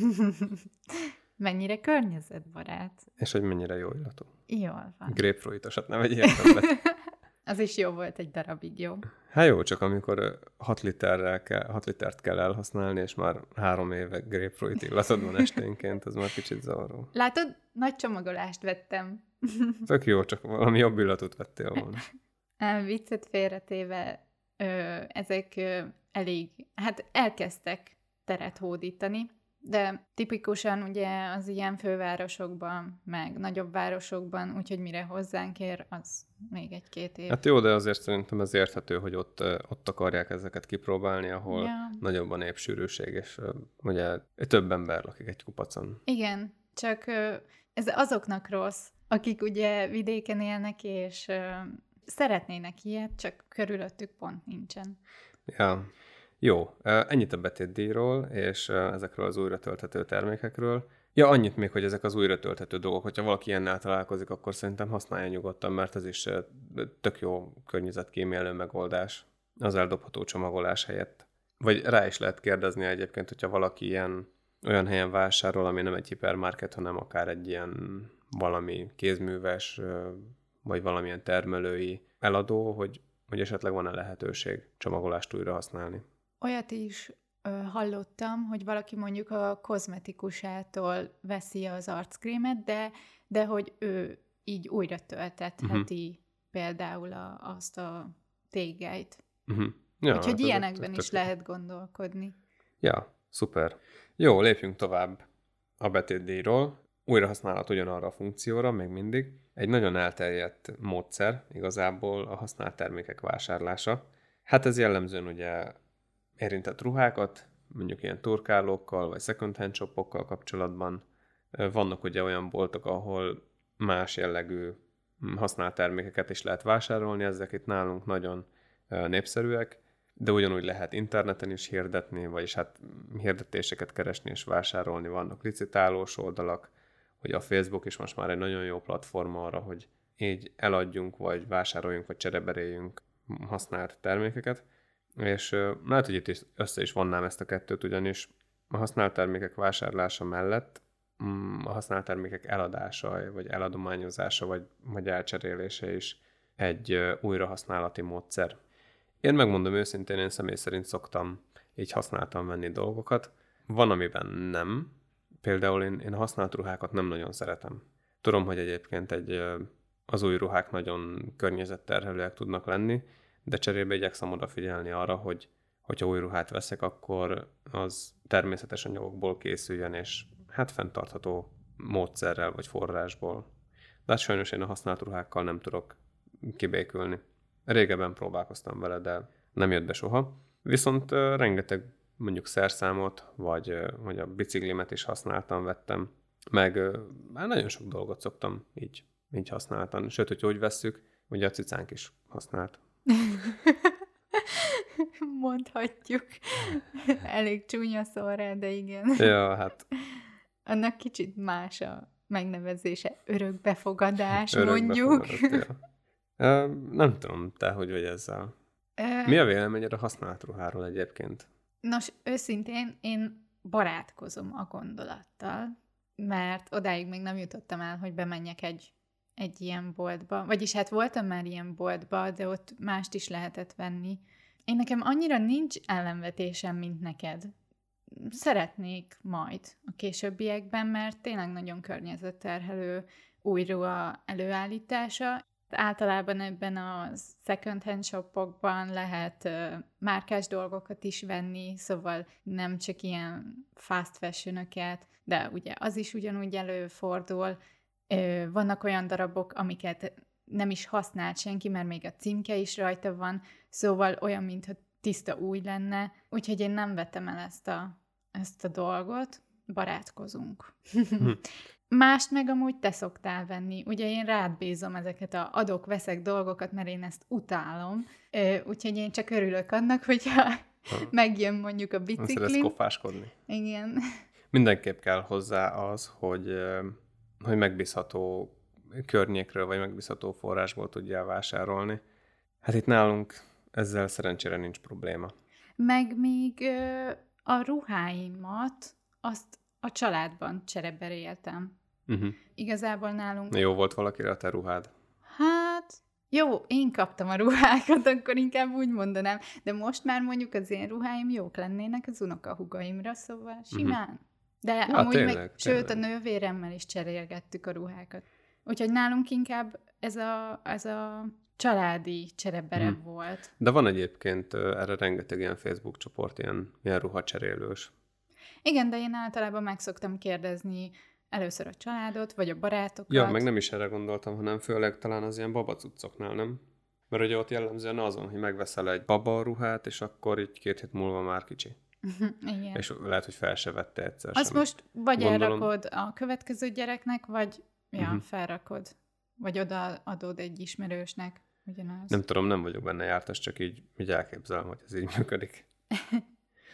Mennyire környezetbarát.
És hogy mennyire jó illatú.
Jól van.
Grapefruitosat nem vegyél többet.
Az is jó volt egy darabig, jó?
Hát jó, csak amikor hat literrel kell, hat litert kell elhasználni, és már három éve grapefruit illatod van esténként, az már kicsit zavaró.
Látod? Nagy csomagolást vettem.
Tök jó, csak valami jobb illatot vettél volna.
Viccet félretéve, ö, ezek ö, elég, hát elkezdtek teret hódítani, de tipikusan ugye az ilyen fővárosokban, meg nagyobb városokban, úgyhogy mire hozzánk ér, az még egy-két év.
Hát jó, de azért szerintem ez érthető, hogy ott, ott akarják ezeket kipróbálni, ahol
ja.
nagyobb a népsűrűség, és ugye több ember lakik egy kupacon.
Igen, csak ez azoknak rossz, akik ugye vidéken élnek, és szeretnének ilyet, csak körülöttük pont nincsen.
Ja. Jó, ennyit a betétdíjról, és ezekről az újra tölthető termékekről. Ja, annyit még, hogy ezek az újra tölthető dolgok, hogyha valaki ilyennel találkozik, akkor szerintem használja nyugodtan, mert ez is tök jó környezetkímélő megoldás az eldobható csomagolás helyett. Vagy rá is lehet kérdezni egyébként, hogyha valaki ilyen olyan helyen vásárol, ami nem egy hipermarket, hanem akár egy ilyen valami kézműves, vagy valamilyen termelői eladó, hogy, hogy esetleg van-e lehetőség csomagolást újra használni.
Olyat is ö, hallottam, hogy valaki mondjuk a kozmetikusától veszi az arckrémet, de, de hogy ő így újra töltetheti uh-huh. például a, azt a tégelyt.
Uh-huh. Ja,
úgyhogy
hát
ilyenekben
ez,
is lehet gondolkodni.
Ja, szuper. Jó, lépjünk tovább a betétdíjról. Újrahasználat ugyanarra a funkcióra, még mindig. Egy nagyon elterjedt módszer igazából a használt termékek vásárlása. Hát ez jellemzően ugye érintett ruhákat, mondjuk ilyen turkálókkal, vagy second hand shopokkal kapcsolatban. Vannak ugye olyan boltok, ahol más jellegű használt termékeket is lehet vásárolni, ezek itt nálunk nagyon népszerűek, de ugyanúgy lehet interneten is hirdetni, vagyis hát hirdetéseket keresni és vásárolni. Vannak licitálós oldalak, hogy a Facebook is most már egy nagyon jó platform arra, hogy így eladjunk, vagy vásároljunk, vagy csereberéljünk használt termékeket. És lehet, hogy itt is össze is vonnám ezt a kettőt, ugyanis a használt termékek vásárlása mellett a használt termékek eladása, vagy eladományozása, vagy, vagy elcserélése is egy újrahasználati módszer. Én megmondom őszintén, én személy szerint szoktam így használtan venni dolgokat. Van, amiben nem. Például én, én használt ruhákat nem nagyon szeretem. Tudom, hogy egyébként egy, az új ruhák nagyon környezetterhelőek tudnak lenni, de cserébe igyekszem odafigyelni arra, hogy hogyha új ruhát veszek, akkor az természetes anyagokból készüljön, és hát fenntartható módszerrel vagy forrásból. De hát sajnos én a használt ruhákkal nem tudok kibékülni. Régebben próbálkoztam vele, de nem jött be soha. Viszont uh, rengeteg mondjuk szerszámot, vagy, uh, vagy a biciklimet is használtam, vettem, meg uh, már nagyon sok dolgot szoktam így, így használtan. Sőt, hogy úgy vesszük, ugye a cicánk is használt.
Mondhatjuk. Elég csúnya szó rá, de igen.
Ja, hát.
Annak kicsit más a megnevezése. Örökbefogadás,
Örökbefogadott,
mondjuk.
Ja. Uh, nem tudom, te hogy vagy ezzel. Uh, Mi a véleményed a használt ruháról egyébként?
Nos, őszintén én barátkozom a gondolattal, mert odáig még nem jutottam el, hogy bemenjek egy, egy ilyen boltba. Vagyis hát voltam már ilyen boltba, de ott mást is lehetett venni. Én nekem annyira nincs ellenvetésem, mint neked. Szeretnék majd a későbbiekben, mert tényleg nagyon környezetterhelő új ruha előállítása. Általában ebben a second hand shopokban lehet uh, márkás dolgokat is venni, szóval nem csak ilyen fast fashion-öket, de ugye az is ugyanúgy előfordul. Uh, vannak olyan darabok, amiket nem is használt senki, mert még a címke is rajta van, szóval olyan, mintha tiszta új lenne. Úgyhogy én nem vettem el ezt a, ezt a dolgot, barátkozunk. Hm. Mást meg amúgy te szoktál venni. Ugye én rád bízom ezeket a adok-veszek dolgokat, mert én ezt utálom. Úgyhogy én csak örülök annak, hogyha ha. megjön mondjuk a biciklin.
Szeretsz kofáskodni.
Igen.
Mindenképp kell hozzá az, hogy, hogy megbízható környékről, vagy megbízható forrásból tudjál vásárolni. Hát itt nálunk ezzel szerencsére nincs probléma.
Meg még a ruháimat azt a családban csereberéltem. Uh-huh. Igazából nálunk...
Jó volt valakire a te ruhád?
Hát, jó, én kaptam a ruhákat, akkor inkább úgy mondanám. De most már mondjuk az én ruháim jók lennének az unokahúgaimra, szóval simán. Uh-huh. De ja, amúgy tényleg, meg, tényleg. Sőt, a nővéremmel is cserélgettük a ruhákat. Úgyhogy nálunk inkább ez a, ez a családi cserebere hmm. volt.
De van egyébként erre rengeteg ilyen Facebook csoport, ilyen, ilyen ruhacserélős.
Igen, de én általában meg szoktam kérdezni először a családot, vagy a barátokat.
Ja, meg nem is erre gondoltam, hanem főleg talán az ilyen babacuccoknál, nem? Mert ugye ott jellemzően azon, hogy megveszel egy baba ruhát, és akkor így két hét múlva már kicsi.
Igen.
És lehet, hogy fel se vette egyszer
Azt
sem.
most vagy Gondolom... elrakod a következő gyereknek, vagy ja, uh-huh. felrakod. Vagy oda adod egy ismerősnek. Ugyanaz.
Nem tudom, nem vagyok benne jártas, csak így, így elképzelem, hogy ez így működik.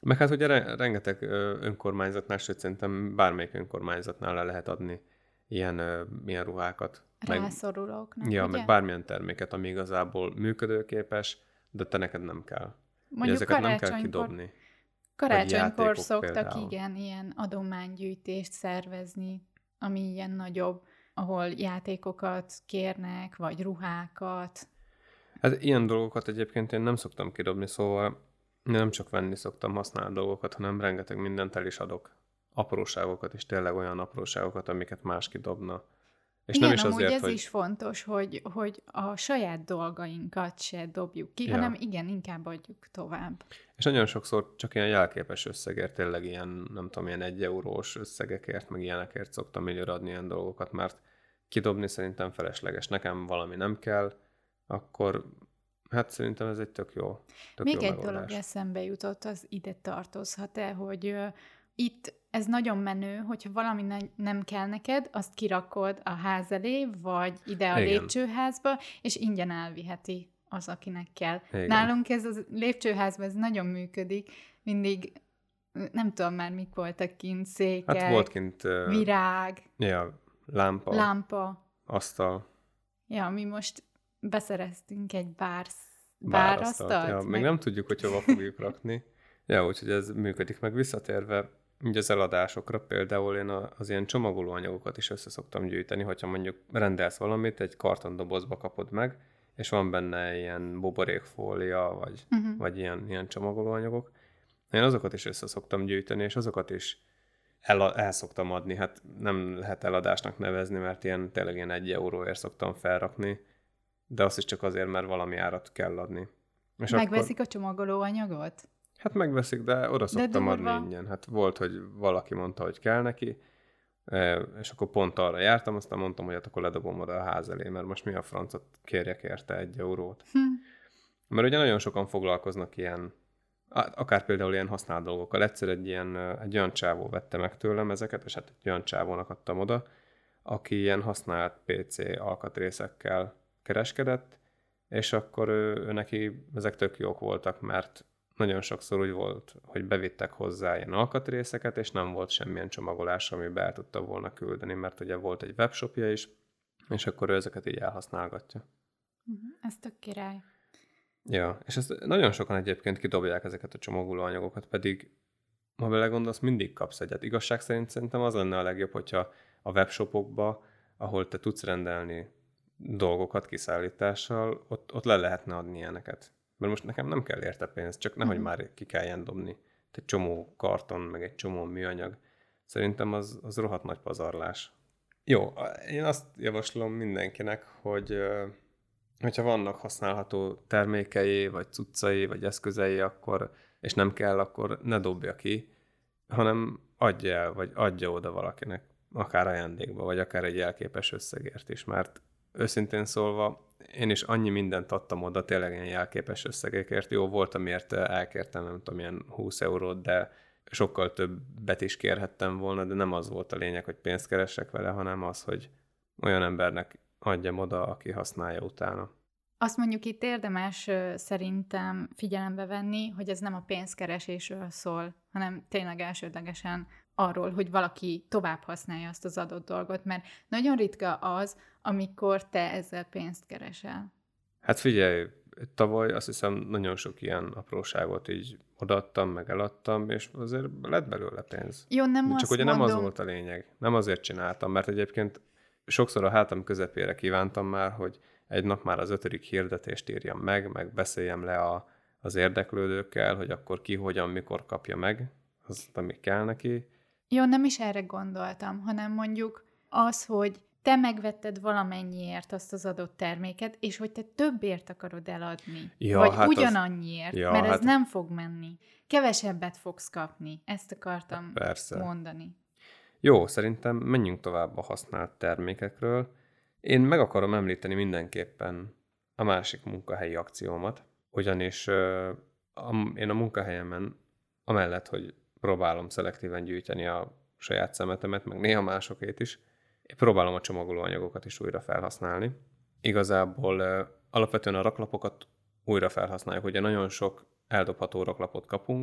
Meg hát ugye re- rengeteg ö, önkormányzatnál, sőt szerintem bármelyik önkormányzatnál le lehet adni ilyen, ö, ilyen ruhákat. Meg,
Rászorulóknak,
ja,
ugye?
meg bármilyen terméket, ami igazából működőképes, de te neked nem kell. Ugye
Mondjuk
ezeket nem kell
karácsonykor,
kidobni.
karácsonykor
játékok
szoktak
például.
igen ilyen adománygyűjtést szervezni, ami ilyen nagyobb, ahol játékokat kérnek, vagy ruhákat.
Hát ilyen dolgokat egyébként én nem szoktam kidobni, szóval nem csak venni szoktam használni dolgokat, hanem rengeteg mindent el is adok. Apróságokat is, tényleg olyan apróságokat, amiket más kidobna. És
Igen,
nem is
amúgy
azért,
ez
hogy...
is fontos, hogy, hogy a saját dolgainkat se dobjuk ki,
Ja.
hanem igen, inkább adjuk tovább.
És nagyon sokszor csak ilyen jelképes összegért, tényleg ilyen, nem tudom, ilyen egy eurós összegekért, meg ilyenekért szoktam így adni ilyen dolgokat, mert kidobni szerintem felesleges. Nekem valami nem kell, akkor hát szerintem ez egy tök jó, tök
Még
jó
egy
megoldás.
dolog eszembe jutott, az ide tartozhat-e, hogy ö, itt ez nagyon menő, hogyha valami ne, nem kell neked, azt kirakod a ház elé, vagy ide a
Igen.
lépcsőházba, és ingyen elviheti az, akinek kell.
Igen.
Nálunk ez a lépcsőházban ez nagyon működik, mindig nem tudom már mik voltak kint, székek,
Hát volt kint uh,
virág,
ja, lámpa,
lámpa.
asztal,
Ja, mi most beszereztünk egy bár,
bárasztalt.
bárasztalt.
Ja,
meg...
még nem tudjuk, hogy hova fogjuk rakni. Ja, úgyhogy ez működik. Meg visszatérve ugye az eladásokra, például én az ilyen csomagolóanyagokat is össze szoktam gyűjteni, hogyha mondjuk rendelsz valamit, egy kartondobozba kapod meg, és van benne ilyen buborékfólia, vagy,
uh-huh.
vagy ilyen, ilyen csomagolóanyagok. Én azokat is össze szoktam gyűjteni, és azokat is el, el szoktam adni. Hát nem lehet eladásnak nevezni, mert ilyen, tényleg ilyen egy euróért szoktam felrakni, de azt is csak azért, mert valami árat kell adni. És
Megveszik
akkor,
a csomagolóanyagot?
hát megveszik, de oda szoktam
de
adni ingyen. Hát volt, hogy valaki mondta, hogy kell neki, és akkor pont arra jártam, aztán mondtam, hogy hát akkor ledobom oda a ház elé, mert most mi a francot kérjek érte egy eurót.
Hm.
Mert ugye nagyon sokan foglalkoznak ilyen, akár például ilyen használt dolgokkal. Egyszer egy, ilyen, egy olyan csávó vette meg tőlem ezeket, és hát egy olyan csávónak adtam oda, aki ilyen használt pé cé alkatrészekkel kereskedett, és akkor ő, ő neki ezek tök jók voltak, mert nagyon sokszor úgy volt, hogy bevittek hozzá ilyen alkatrészeket, és nem volt semmilyen csomagolás, amiben el tudta volna küldeni, mert ugye volt egy webshopja is, és akkor ő ezeket így elhasználgatja.
Uh-huh. Ez tök király.
Ja, és ezt nagyon sokan egyébként kidobják ezeket a csomagolóanyagokat, pedig ha belegondolsz, mindig kapsz egyet. Igazság szerint szerintem az lenne a legjobb, hogyha a webshopokba, ahol te tudsz rendelni dolgokat kiszállítással, ott, ott le lehetne adni ilyeneket. Mert most nekem nem kell érte pénz, csak nehogy uh-huh. már ki kelljen dobni. Egy csomó karton, meg egy csomó műanyag. Szerintem az, az rohadt nagy pazarlás. Jó, én azt javaslom mindenkinek, hogy hogyha vannak használható termékei, vagy cuccai, vagy eszközei, akkor, és nem kell, akkor ne dobja ki, hanem adja el, vagy adja oda valakinek, akár ajándékba, vagy akár egy jelképes összegért is, mert őszintén szólva, én is annyi mindent adtam oda, tényleg ilyen jelképes összegekért. Jó, volt, amiért elkértem, nem tudom, ilyen húsz eurót, de sokkal többet is kérhettem volna, de nem az volt a lényeg, hogy pénzt keressek vele, hanem az, hogy olyan embernek adjam oda, aki használja utána.
Azt mondjuk itt érdemes szerintem figyelembe venni, hogy ez nem a pénzkeresésről szól, hanem tényleg elsődlegesen arról, hogy valaki tovább használja azt az adott dolgot, mert nagyon ritka az, amikor te ezzel pénzt keresel.
Hát figyelj, tavaly azt hiszem nagyon sok ilyen apróságot így odaadtam, meg eladtam, és azért lett belőle pénz.
Jó, nem
Csak
azt
ugye
mondom...
nem az volt a lényeg. Nem azért csináltam, mert egyébként sokszor a hátam közepére kívántam már, hogy egy nap már az ötödik hirdetést írjam meg, meg beszéljem le a, az érdeklődőkkel, hogy akkor ki, hogyan, mikor kapja meg azt, ami kell neki.
Jó, nem is erre gondoltam, hanem mondjuk az, hogy te megvetted valamennyiért azt az adott terméket, és hogy te többért akarod eladni.
Ja,
vagy
hát
ugyanannyiért,
az... ja,
mert ez
hát...
nem fog menni. Kevesebbet fogsz kapni. Ezt akartam
Persze.
mondani.
Jó, szerintem menjünk tovább a használt termékekről. Én meg akarom említeni mindenképpen a másik munkahelyi akciómat, ugyanis uh, a, én a munkahelyemen, amellett, hogy próbálom szelektíven gyűjteni a saját szemetemet, meg néha másokét is, én próbálom a csomagolóanyagokat is újra felhasználni. Igazából uh, alapvetően a raklapokat újra felhasználjuk. Ugye nagyon sok eldobható raklapot kapunk,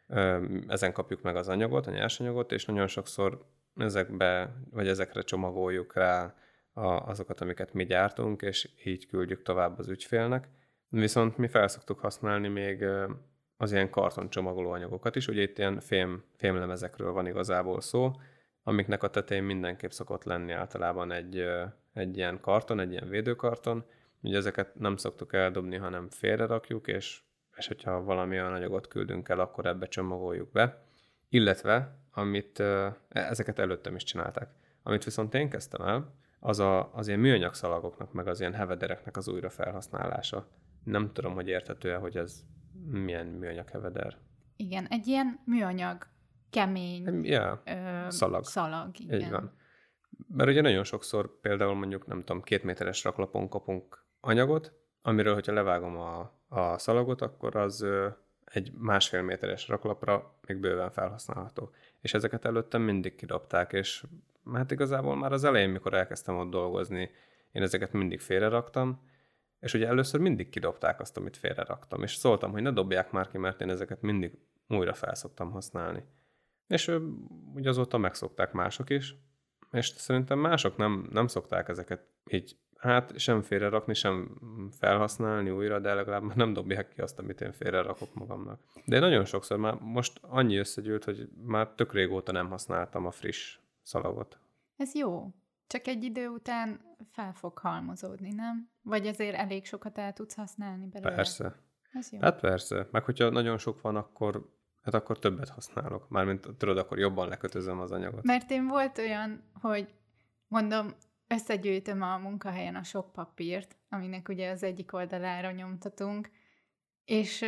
ezen kapjuk meg az anyagot, a nyersanyagot, és nagyon sokszor ezekbe, vagy ezekre csomagoljuk rá a, azokat, amiket mi gyártunk, és így küldjük tovább az ügyfélnek. Viszont mi felszoktuk használni még az ilyen kartoncsomagoló anyagokat is, ugye itt ilyen fém, fémlemezekről van igazából szó, amiknek a tetején mindenképp szokott lenni általában egy, egy ilyen karton, egy ilyen védőkarton. Ugye ezeket nem szoktuk eldobni, hanem félre rakjuk, és, és hogyha valami olyan anyagot küldünk el, akkor ebbe csomagoljuk be. Illetve, amit ezeket előttem is csinálták. Amit viszont én kezdtem el, az a, az ilyen műanyag szalagoknak, meg az ilyen hevedereknek az újrafelhasználása. Nem tudom, hogy érthető-e, hogy ez milyen műanyag heveder.
Igen, egy ilyen műanyag, kemény
yeah,
ö,
szalag.
szalag. Igen.
Így van. Mert ugye nagyon sokszor például mondjuk, nem tudom, két méteres raklapon kapunk anyagot, amiről, hogyha levágom a, a szalagot, akkor az ö, egy másfél méteres raklapra még bőven felhasználható. És ezeket előttem mindig kidobták, és hát igazából már az elején, mikor elkezdtem ott dolgozni, én ezeket mindig félreraktam, és ugye először mindig kidobták azt, amit félreraktam, és szóltam, hogy ne dobják már ki, mert én ezeket mindig újra felszoktam használni. És ö, ugye azóta megszokták mások is, és szerintem mások nem, nem szokták ezeket így, hát sem félrerakni, sem felhasználni újra, de legalább már nem dobják ki azt, amit én félrerakok magamnak. De nagyon sokszor már most annyi összegyűlt, hogy már tök régóta nem használtam a friss szalagot.
Ez jó. Csak egy idő után fel fog halmozódni, nem? Vagy azért elég sokat el tudsz használni belőle?
Persze.
Ez jó.
Hát persze. Meg hogyha nagyon sok van, akkor, hát akkor többet használok. Mármint tudod, akkor jobban lekötözöm az anyagot.
Mert én volt olyan, hogy mondom, összegyűjtöm a munkahelyen a sok papírt, aminek ugye az egyik oldalára nyomtatunk, és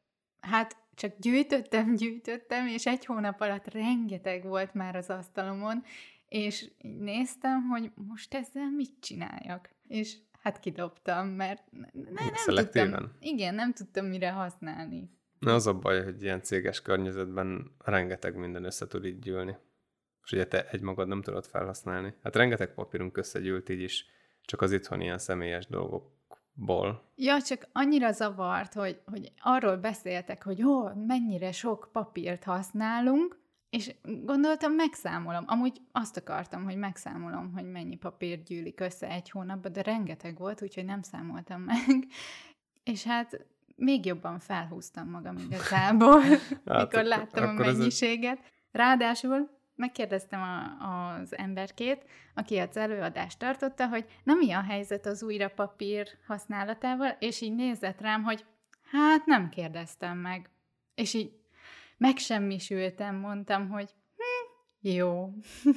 hát csak gyűjtöttem, gyűjtöttem, és egy hónap alatt rengeteg volt már az asztalomon, és így néztem, hogy most ezzel mit csináljak. És hát kidobtam, mert ne, nem tudtam, igen, nem tudtam mire használni.
Na az a baj, hogy ilyen céges környezetben rengeteg minden össze tud így gyűlni. És ugye te egymagad nem tudod felhasználni. Hát rengeteg papírunk összegyűlt így is, csak az itthon ilyen személyes dolgokból.
Ja, csak annyira zavart, hogy, hogy arról beszéltek, hogy ó, mennyire sok papírt használunk, és gondoltam, megszámolom. Amúgy azt akartam, hogy megszámolom, hogy mennyi papír gyűlik össze egy hónapban, de rengeteg volt, úgyhogy nem számoltam meg. És hát még jobban felhúztam magam igazából, hát, mikor láttam a mennyiséget. Ráadásul megkérdeztem a, az emberkét, aki az előadást tartotta, hogy na mi a helyzet az újra papír használatával, és így nézett rám, hogy hát nem kérdeztem meg. És így megsemmisültem, mondtam, hogy hm, jó.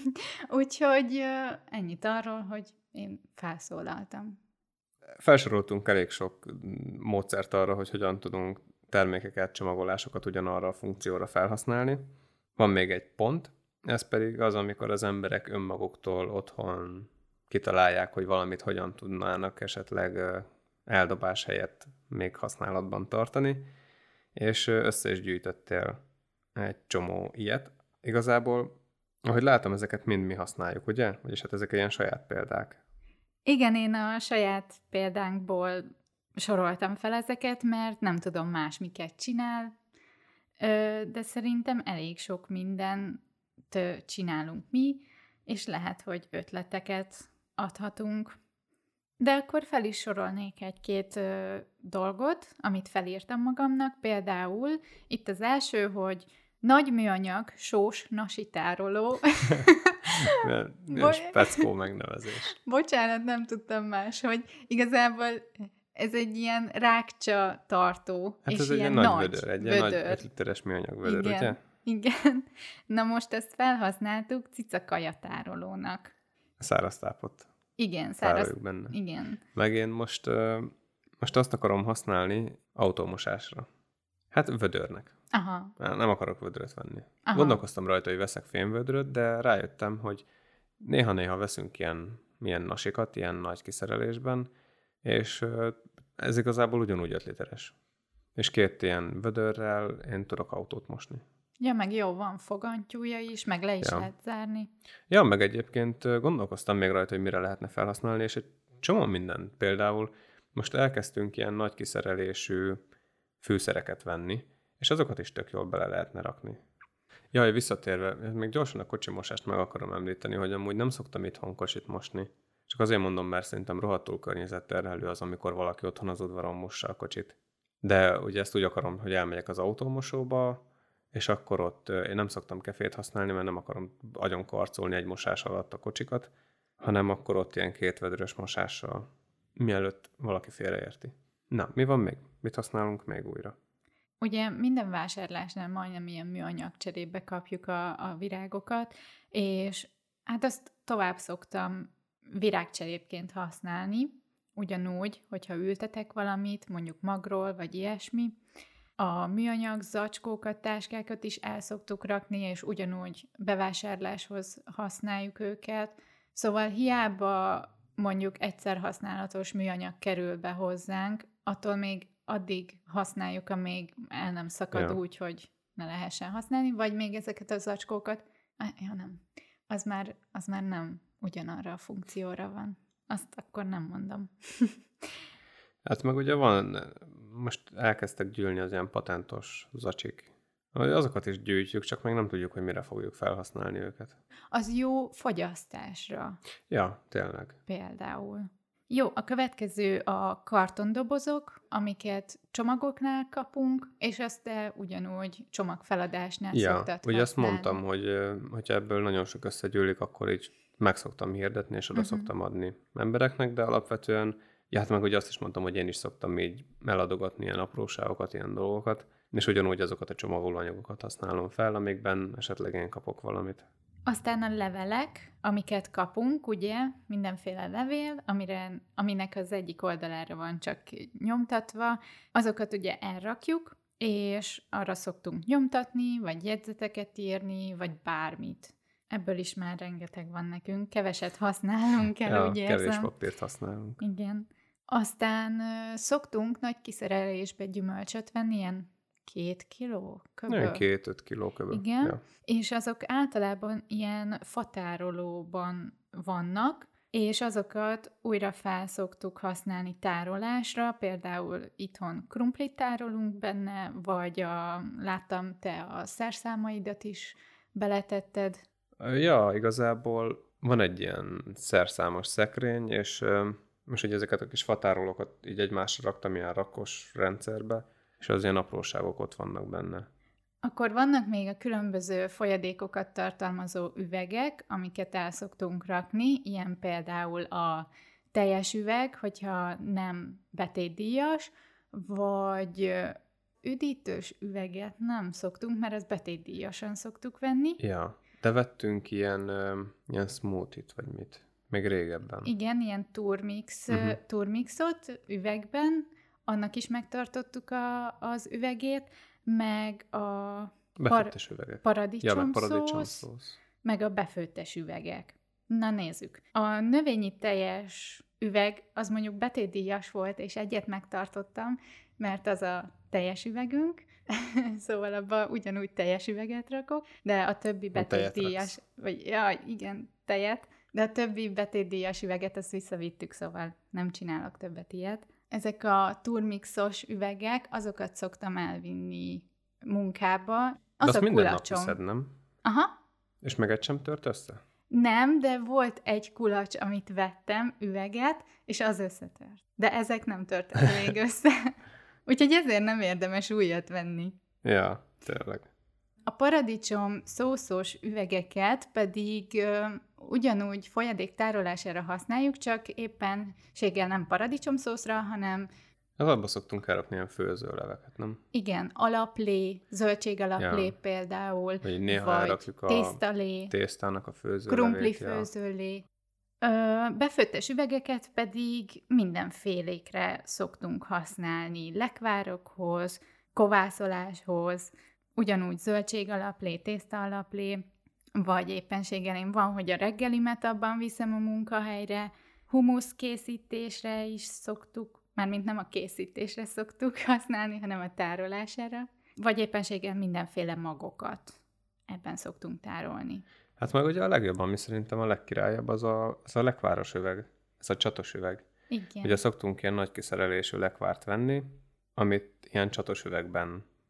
Úgyhogy ennyit arról, hogy én felszólaltam.
Felsoroltunk elég sok módszert arra, hogy hogyan tudunk termékeket, csomagolásokat ugyanarra a funkcióra felhasználni. Van még egy pont, ez pedig az, amikor az emberek önmaguktól otthon kitalálják, hogy valamit hogyan tudnának esetleg eldobás helyett még használatban tartani, és össze is gyűjtöttél egy csomó ilyet. Igazából, ahogy látom, ezeket mind mi használjuk, ugye? Vagyis hát ezek ilyen saját példák.
Igen, én a saját példánkból soroltam fel ezeket, mert nem tudom más miket csinál, de szerintem elég sok mindent csinálunk mi, és lehet, hogy ötleteket adhatunk. De akkor fel is sorolnék egy-két dolgot, amit felírtam magamnak. Például itt az első, hogy nagy műanyag, sós nasitároló.
Bo- Speckó megnevezés.
Bocsánat, nem tudtam más, hogy igazából ez egy ilyen rákcsa tartó,
hát
és
ez
ilyen
egy
nagy
vödör, egy
vödör.
ilyen nagy öt literes műanyag vödör,
igen,
ugye?
Igen. Na most ezt felhasználtuk cicakajatárolónak.
Száraztápot.
Igen, száraz.
Benne.
Igen.
Meg én most, most azt akarom használni autómosásra. Hát vödörnek.
Aha.
Nem akarok vödröt venni.
Aha.
Gondolkoztam rajta, hogy veszek fémvödröt, de rájöttem, hogy néha-néha veszünk ilyen, ilyen nasikat, ilyen nagy kiszerelésben, és ez igazából ugyanúgy öt literes. És két ilyen vödörrel én tudok autót mosni.
Ja, meg jó, van fogantyúja is, meg le is
ja.
lehet zárni.
Ja, meg egyébként gondolkoztam még rajta, hogy mire lehetne felhasználni, és egy csomó minden. Például most elkezdtünk ilyen nagy kiszerelésű fűszereket venni, és azokat is tök jól bele lehetne rakni. Jaj, visszatérve, még gyorsan a kocsimosást meg akarom említeni, hogy amúgy nem szoktam itthon kocsit mosni. Csak azért mondom, mert szerintem rohadtul környezetterhelő az, amikor valaki otthon az udvaron mossa a kocsit. De ugye ezt úgy akarom, hogy elmegyek az autómosóba, és akkor ott én nem szoktam kefét használni, mert nem akarom agyon karcolni egy mosás alatt a kocsikat, hanem akkor ott ilyen kétvödrös mosással, mielőtt valaki félreérti. Na, mi van még? Mit használunk még újra?
Ugye minden vásárlásnál majdnem ilyen műanyag cserébe kapjuk a, a virágokat, és hát azt tovább szoktam virágcserépként használni, ugyanúgy, hogyha ültetek valamit, mondjuk magról, vagy ilyesmi. A műanyag zacskókat, táskákat is el szoktuk rakni, és ugyanúgy bevásárláshoz használjuk őket. Szóval hiába mondjuk egyszer használatos műanyag kerül be hozzánk, attól még addig használjuk, amíg el nem szakad ja. úgy, hogy ne lehessen használni, vagy még ezeket a zacskókat, ja nem, az már, az már nem ugyanarra a funkcióra van. Azt akkor nem mondom.
Hát meg ugye van, most elkezdtek gyűlni az ilyen patentos zacsik. Azokat is gyűjtjük, csak még nem tudjuk, hogy mire fogjuk felhasználni őket.
Az jó fogyasztásra.
Ja, tényleg.
Például. Jó, a következő a kartondobozok, amiket csomagoknál kapunk, és azt te ugyanúgy csomagfeladásnál
ja,
szoktad
ugye
használni.
azt mondtam, hogy hogyha ebből nagyon sok összegyűlik, akkor így meg szoktam hirdetni, és oda uh-huh. szoktam adni embereknek, de alapvetően, ja, hát meg ugye azt is mondtam, hogy én is szoktam így eladogatni ilyen apróságokat, ilyen dolgokat, és ugyanúgy azokat a csomagolóanyagokat használom fel, amikben esetleg én kapok valamit.
Aztán a levelek, amiket kapunk, ugye, mindenféle levél, amire, aminek az egyik oldalára van csak nyomtatva, azokat ugye elrakjuk, és arra szoktunk nyomtatni, vagy jegyzeteket írni, vagy bármit. Ebből is már rengeteg van nekünk, keveset használunk el,
ja,
úgy érzem.
Kevés papírt használunk.
Igen. Aztán uh, szoktunk nagy kiszerelésbe gyümölcsöt venni, ilyen két kiló köböl.
Két-öt kiló köböl.
Igen,
ja.
És azok általában ilyen fatárolóban vannak, és azokat újra fel szoktuk használni tárolásra, például itthon krumplit tárolunk benne, vagy a, láttam, te a szerszámaidat is beletetted.
Ja, igazából van egy ilyen szerszámos szekrény, és most ugye ezeket a kis fatárolókat így egymásra raktam ilyen rakos rendszerbe, és az ilyen apróságok ott vannak benne.
Akkor vannak még a különböző folyadékokat tartalmazó üvegek, amiket el szoktunk rakni, ilyen például a teljes üveg, hogyha nem betétdíjas, vagy üdítős üveget nem szoktunk, mert ezt betétdíjasan szoktuk venni.
Ja, de vettünk ilyen, ilyen smoothie-t, vagy mit? Még régebben.
Igen, ilyen turmix, uh-huh. turmixot üvegben, annak is megtartottuk a, az üvegét, meg a
befőttes par- üvegek.
Paradicsom,
ja, meg
szósz,
paradicsom szósz,
meg a befőttes üvegek. Na nézzük. A növényi teljes üveg, az mondjuk betétdíjas volt, és egyet megtartottam, mert az a teljes üvegünk, szóval abba ugyanúgy teljes üveget rakok, de a többi betétdíjas, vagy ja, igen, tejet, de a többi betétdíjas üveget azt visszavittük, szóval nem csinálok többet ilyet. Ezek a turmixos üvegek, azokat szoktam elvinni munkába. Az
de azt
a
minden
kulacsom.
nap viszed, nem?
Aha.
És meg egy sem tört össze?
Nem, de volt egy kulacs, amit vettem, üveget, és az összetört. De ezek nem törtek még össze. Úgyhogy ezért nem érdemes újat venni.
Ja, tényleg.
A paradicsom szószos üvegeket pedig ö, ugyanúgy folyadék tárolására használjuk, csak éppenséggel nem paradicsom szószra, hanem...
Hát abba szoktunk elrakni ilyen főzőleveket, nem?
Igen, alaplé, zöldségalaplé ja. például,
vagy néha
vagy
elrakjuk a
tésztalé,
tésztának a főzőlevét.
krumpli főzőlé. Ja. Befőttes üvegeket pedig mindenfélékre szoktunk használni, lekvárokhoz, kovászoláshoz, ugyanúgy zöldségalaplé, tésztaalaplé, vagy éppenséggel én van, hogy a reggelimet abban viszem a munkahelyre, humusz készítésre is szoktuk, mármint nem a készítésre szoktuk használni, hanem a tárolására, vagy éppenséggel mindenféle magokat ebben szoktunk tárolni.
Hát meg ugye a legjobb, ami szerintem a legkirályabb, az a, az a lekváros üveg, ez a csatos üveg.
Igen.
Ugye szoktunk ilyen nagy kiszerelésű lekvárt venni, amit ilyen csatos üvegben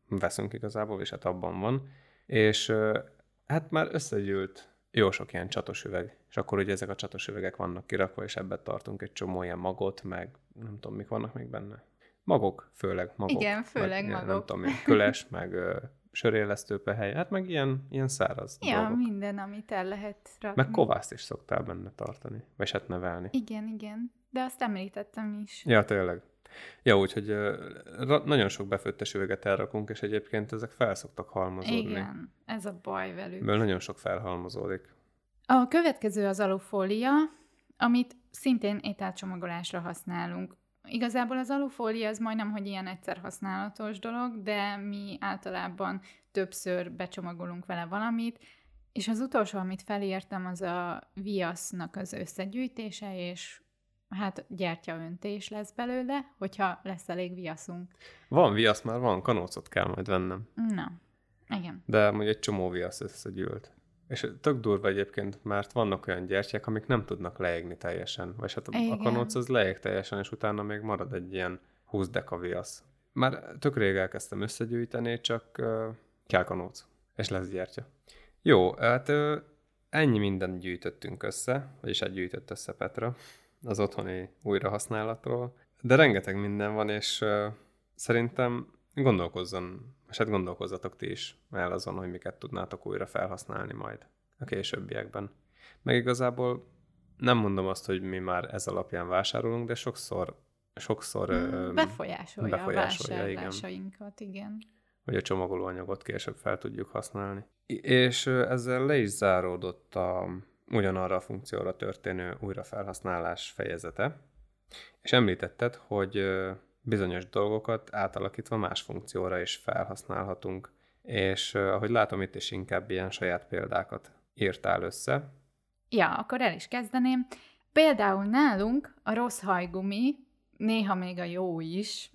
veszünk igazából, és hát abban van. És hát már összegyűlt jó sok ilyen csatos üveg, és akkor ugye ezek a csatos üvegek vannak kirakva, és ebben tartunk egy csomó ilyen magot, meg nem tudom, mik vannak még benne. Magok, főleg magok.
Igen, főleg
meg,
magok.
Nem tudom, ilyen köles, meg ö, sörélesztőpehely, hát meg ilyen, ilyen száraz
Ja,
dolgok.
minden, amit el lehet rakni.
Meg kovászt is szoktál benne tartani, vagy hát nevelni.
Igen, igen. De azt említettem is.
Ja, tényleg. Ja, úgyhogy uh, nagyon sok befőttes üveget elrakunk, és egyébként ezek fel szoktak halmozódni.
Igen, ez a baj velük.
Ből nagyon sok felhalmozódik.
A következő az alufólia, amit szintén ételcsomagolásra használunk. Igazából az alufólia az majdnem, hogy ilyen egyszer használatos dolog, de mi általában többször becsomagolunk vele valamit, és az utolsó, amit felírtam, az a viasznak az összegyűjtése, és hát gyertyaöntés lesz belőle, hogyha lesz elég viaszunk.
Van viasz, már van, kanócot kell majd vennem.
Na, igen.
De amúgy egy csomó viasz összegyűlt. És tök durva egyébként, mert vannak olyan gyertyák, amik nem tudnak leégni teljesen. Vagy hát a, a kanóc az leég teljesen, és utána még marad egy ilyen húsz deka viasz. Már tök rég elkezdtem összegyűjteni, csak uh, kell kanóc. És lesz gyertya. Jó, hát uh, ennyi mindent gyűjtöttünk össze, vagyis hát gyűjtött össze Petra az otthoni újrahasználatról. De rengeteg minden van, és uh, szerintem gondolkozzon, és hát gondolkozzatok ti is el azon, hogy miket tudnátok újra felhasználni majd a későbbiekben. Meg igazából nem mondom azt, hogy mi már ez alapján vásárolunk, de sokszor, sokszor
mm, befolyásolja,
befolyásolja
a vásárlásainkat, igen. igen.
Hogy a csomagolóanyagot később fel tudjuk használni. És ezzel le is záródott a ugyanarra a funkcióra történő újrafelhasználás fejezete, és említetted, hogy bizonyos dolgokat átalakítva más funkcióra is felhasználhatunk. És uh, ahogy látom, itt is inkább ilyen saját példákat írtál össze.
Ja, akkor el is kezdeném. Például nálunk a rossz hajgumi, néha még a jó is,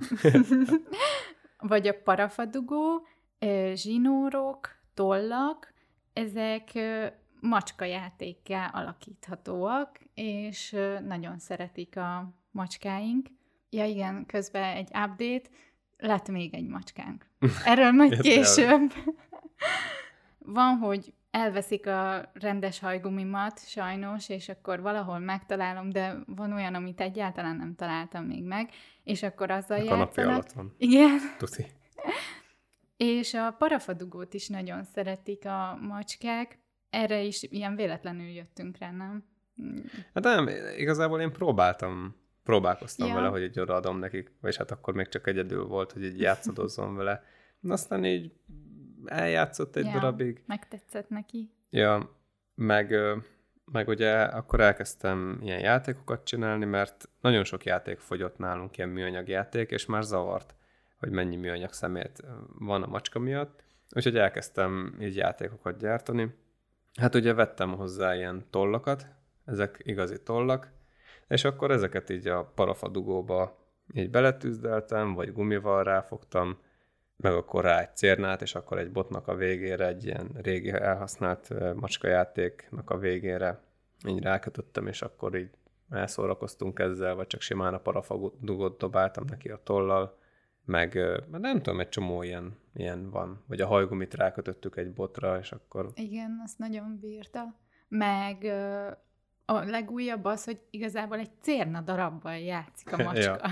vagy a parafadugó, zsinórok, tollak, ezek macskajátékká alakíthatóak, és nagyon szeretik a macskáink. Ja igen, közben egy update, lett még egy macskánk. Erről majd később. Van, hogy elveszik a rendes hajgumimat, sajnos, és akkor valahol megtalálom, de van olyan, amit egyáltalán nem találtam még meg, és akkor azzal játszanak. A kanapé alatt
van.
Igen.
Tuti.
És a parafadugót is nagyon szeretik a macskák. Erre is ilyen véletlenül jöttünk rá, nem?
Hát nem, igazából én próbáltam próbálkoztam
ja.
vele, hogy így odaadom nekik, vagy hát akkor még csak egyedül volt, hogy így játszadozzon vele. Aztán így eljátszott egy
ja,
darabig.
Megtetszett neki.
Ja, meg, meg ugye akkor elkezdtem ilyen játékokat csinálni, mert nagyon sok játék fogyott nálunk, ilyen műanyag játék, és már zavart, hogy mennyi műanyag szemét van a macska miatt. Úgyhogy elkezdtem így játékokat gyártani. Hát ugye vettem hozzá ilyen tollakat, ezek igazi tollak, és akkor ezeket így a parafadugóba így beletűzdeltem, vagy gumival ráfogtam, meg akkor rá egy cérnát, és akkor egy botnak a végére, egy ilyen régi elhasznált macskajátéknak a végére így rákötöttem, és akkor így elszórakoztunk ezzel, vagy csak simán a parafadugót dobáltam neki a tollal, meg nem tudom, egy csomó ilyen, ilyen van. Vagy a hajgumit rákötöttük egy botra, és akkor...
Igen, azt nagyon bírta. Meg a legújabb az, hogy igazából egy cérna darabbal játszik a macska.
Ja.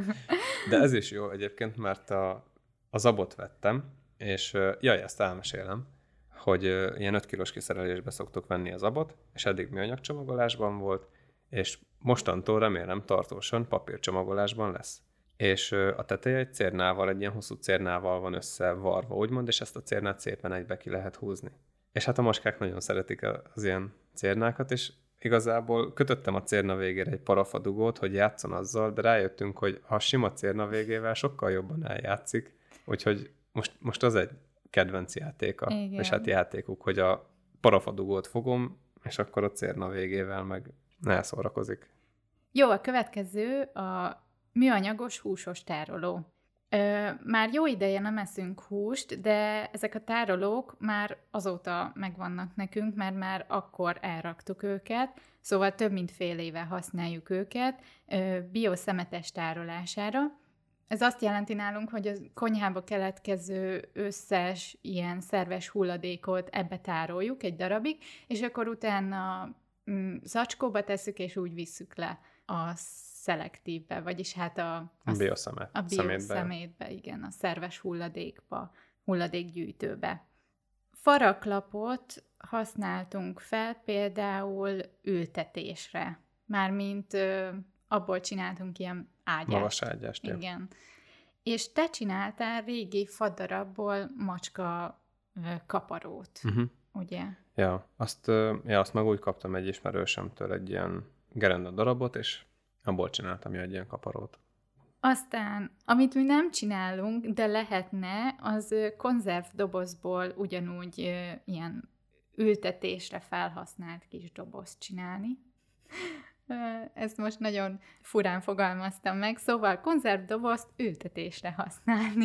De ez is jó egyébként, mert a, a zabot vettem, és jaj, ezt elmesélem, hogy ilyen öt kilós kiszerelésbe szoktuk venni a zabot, és eddig műanyag csomagolásban volt, és mostantól remélem tartósan papírcsomagolásban lesz. És a teteje egy cérnával, egy ilyen hosszú cérnával van összevarva, úgymond, és ezt a cérnát szépen egybe ki lehet húzni. És hát a macskák nagyon szeretik az ilyen cérnákat, és igazából kötöttem a cérna végére egy parafadugót, hogy játszon azzal, de rájöttünk, hogy a sima cérna végével sokkal jobban eljátszik, úgyhogy most, most az egy kedvenc játéka, igen. És hát játékuk, hogy a parafadugót fogom, és akkor a cérna végével meg elszórakozik.
Jó, a következő a műanyagos húsos tároló. Ö, már jó ideje nem eszünk húst, de ezek a tárolók már azóta megvannak nekünk, mert már akkor elraktuk őket, szóval több mint fél éve használjuk őket ö, bioszemetes tárolására. Ez azt jelenti nálunk, hogy a konyhába keletkező összes ilyen szerves hulladékot ebbe tároljuk egy darabig, és akkor utána mm, zacskóba tesszük, és úgy visszük le a szelektívbe, vagyis hát a,
a bioszemet,
a bioszemétbe, igen, a szerves hulladékba, hulladékgyűjtőbe. Faraklapot használtunk fel például ültetésre, mármint ö, abból csináltunk ilyen ágyást.
Magas ágyást.
Igen. És te csináltál régi fadarabból macska ö, kaparót, uh-huh. ugye?
Ja, azt, ö, ja, azt meg úgy kaptam egy ismerősemtől egy ilyen gerenda darabot, és abból csináltam egy ilyen kaparót.
Aztán, amit mi nem csinálunk, de lehetne, az konzervdobozból ugyanúgy ö, ilyen ültetésre felhasznált kis dobozt csinálni. Ezt most nagyon furán fogalmaztam meg, szóval konzervdobozt ültetésre használni.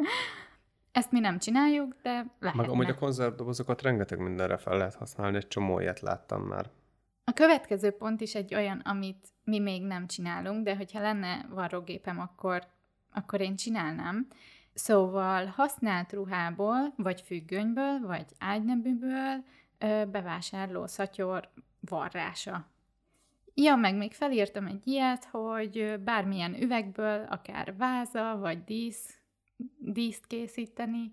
Ezt mi nem csináljuk, de lehetne.
Meg amúgy a konzervdobozokat rengeteg mindenre fel lehet használni, egy csomó ilyet láttam már.
A következő pont is egy olyan, amit mi még nem csinálunk, de hogyha lenne varrógépem, akkor, akkor én csinálnám. Szóval használt ruhából, vagy függönyből, vagy ágyneműből bevásárló szatyor varrása. Ja, meg még felírtam egy ilyet, hogy bármilyen üvegből, akár váza, vagy dísz, díszt készíteni.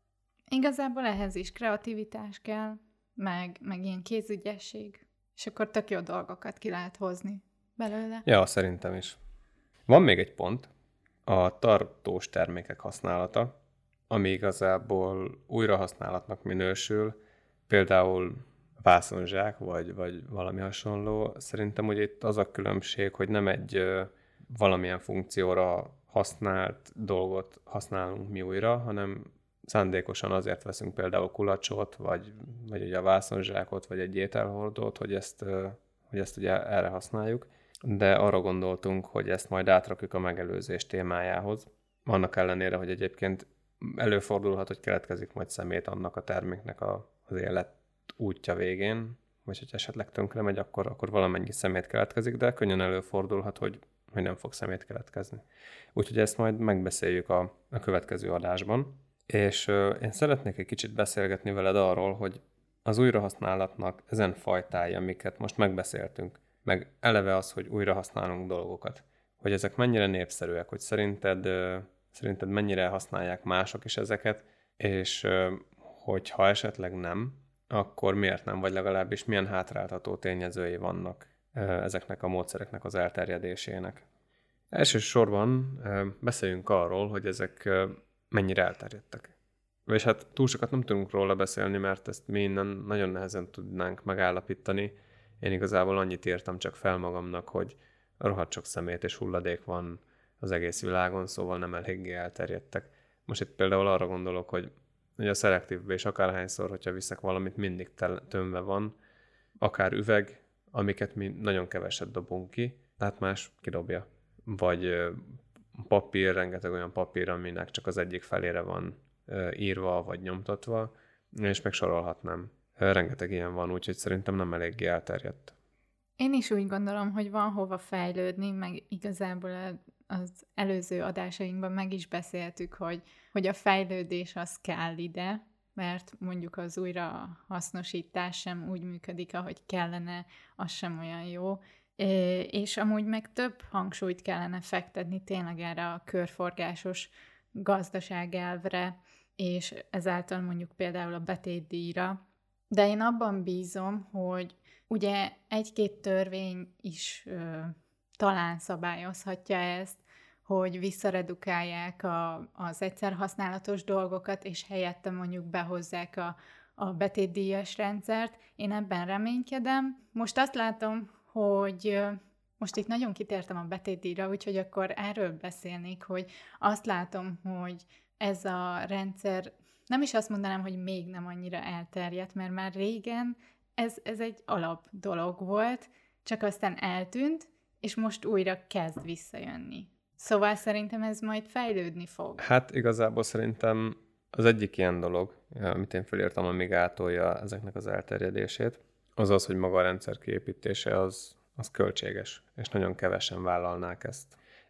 Igazából ehhez is kreativitás kell, meg, meg ilyen kézügyesség, és akkor tök jó dolgokat ki lehet hozni belőle.
Ja, szerintem is. Van még egy pont, a tartós termékek használata, ami igazából újrahasználatnak minősül, például vászonzsák, vagy, vagy valami hasonló. Szerintem ugye itt az a különbség, hogy nem egy ö, valamilyen funkcióra használt dolgot használunk mi újra, hanem szándékosan azért veszünk például kulacsot, vagy, vagy ugye a vászonzsákot, vagy egy ételhordót, hogy ezt, ö, hogy ezt ugye erre használjuk. De arra gondoltunk, hogy ezt majd átrakjuk a megelőzés témájához. Annak ellenére, hogy egyébként előfordulhat, hogy keletkezik majd szemét annak a terméknek a, az élet útja végén, vagy hogy esetleg tönkre megy, akkor, akkor valamennyi szemét keletkezik, de könnyen előfordulhat, hogy, hogy nem fog szemét keletkezni. Úgyhogy ezt majd megbeszéljük a, a következő adásban. És uh, én szeretnék egy kicsit beszélgetni veled arról, hogy az újrahasználatnak ezen fajtái, amiket most megbeszéltünk, meg eleve az, hogy újrahasználunk dolgokat, hogy ezek mennyire népszerűek, hogy szerinted, uh, szerinted mennyire használják mások is ezeket, és uh, hogy ha esetleg nem, akkor miért nem, vagy legalábbis milyen hátráltató tényezői vannak ezeknek a módszereknek az elterjedésének. Elsősorban beszéljünk arról, hogy ezek mennyire elterjedtek. És hát túl sokat nem tudunk róla beszélni, mert ezt mi innen nagyon nehezen tudnánk megállapítani. Én igazából annyit írtam csak fel magamnak, hogy rohadt sok szemét és hulladék van az egész világon, szóval nem eléggé elterjedtek. Most itt például arra gondolok, hogy ugye a szelektívbe is akárhányszor, hogyha viszek valamit, mindig tömve van, akár üveg, amiket mi nagyon keveset dobunk ki, tehát más kidobja. Vagy papír, rengeteg olyan papír, aminek csak az egyik felére van írva, vagy nyomtatva, és meg sorolhatnám. Rengeteg ilyen van, úgyhogy szerintem nem eléggé elterjedt.
Én is úgy gondolom, hogy van hova fejlődni, meg igazából az előző adásainkban meg is beszéltük, hogy, hogy a fejlődés az kell ide, mert mondjuk az újrahasznosítás sem úgy működik, ahogy kellene, az sem olyan jó. És amúgy meg több hangsúlyt kellene fektetni tényleg erre a körforgásos gazdaságelvre, és ezáltal mondjuk például a betétdíjra. De én abban bízom, hogy ugye egy-két törvény is ö, talán szabályozhatja ezt, hogy visszaredukálják a, az egyszerhasználatos dolgokat, és helyette mondjuk behozzák a, a betétdíjas rendszert. Én ebben reménykedem. Most azt látom, hogy most itt nagyon kitértem a betétdíjra, úgyhogy akkor erről beszélnék, hogy azt látom, hogy ez a rendszer, nem is azt mondanám, hogy még nem annyira elterjedt, mert már régen ez, ez egy alap dolog volt, csak aztán eltűnt, és most újra kezd visszajönni. Szóval szerintem ez majd fejlődni fog.
Hát igazából szerintem az egyik ilyen dolog, amit én felírtam, ami gátolja ezeknek az elterjedését, az az, hogy maga a rendszer kiépítése az, az költséges, és nagyon kevesen vállalnák ezt.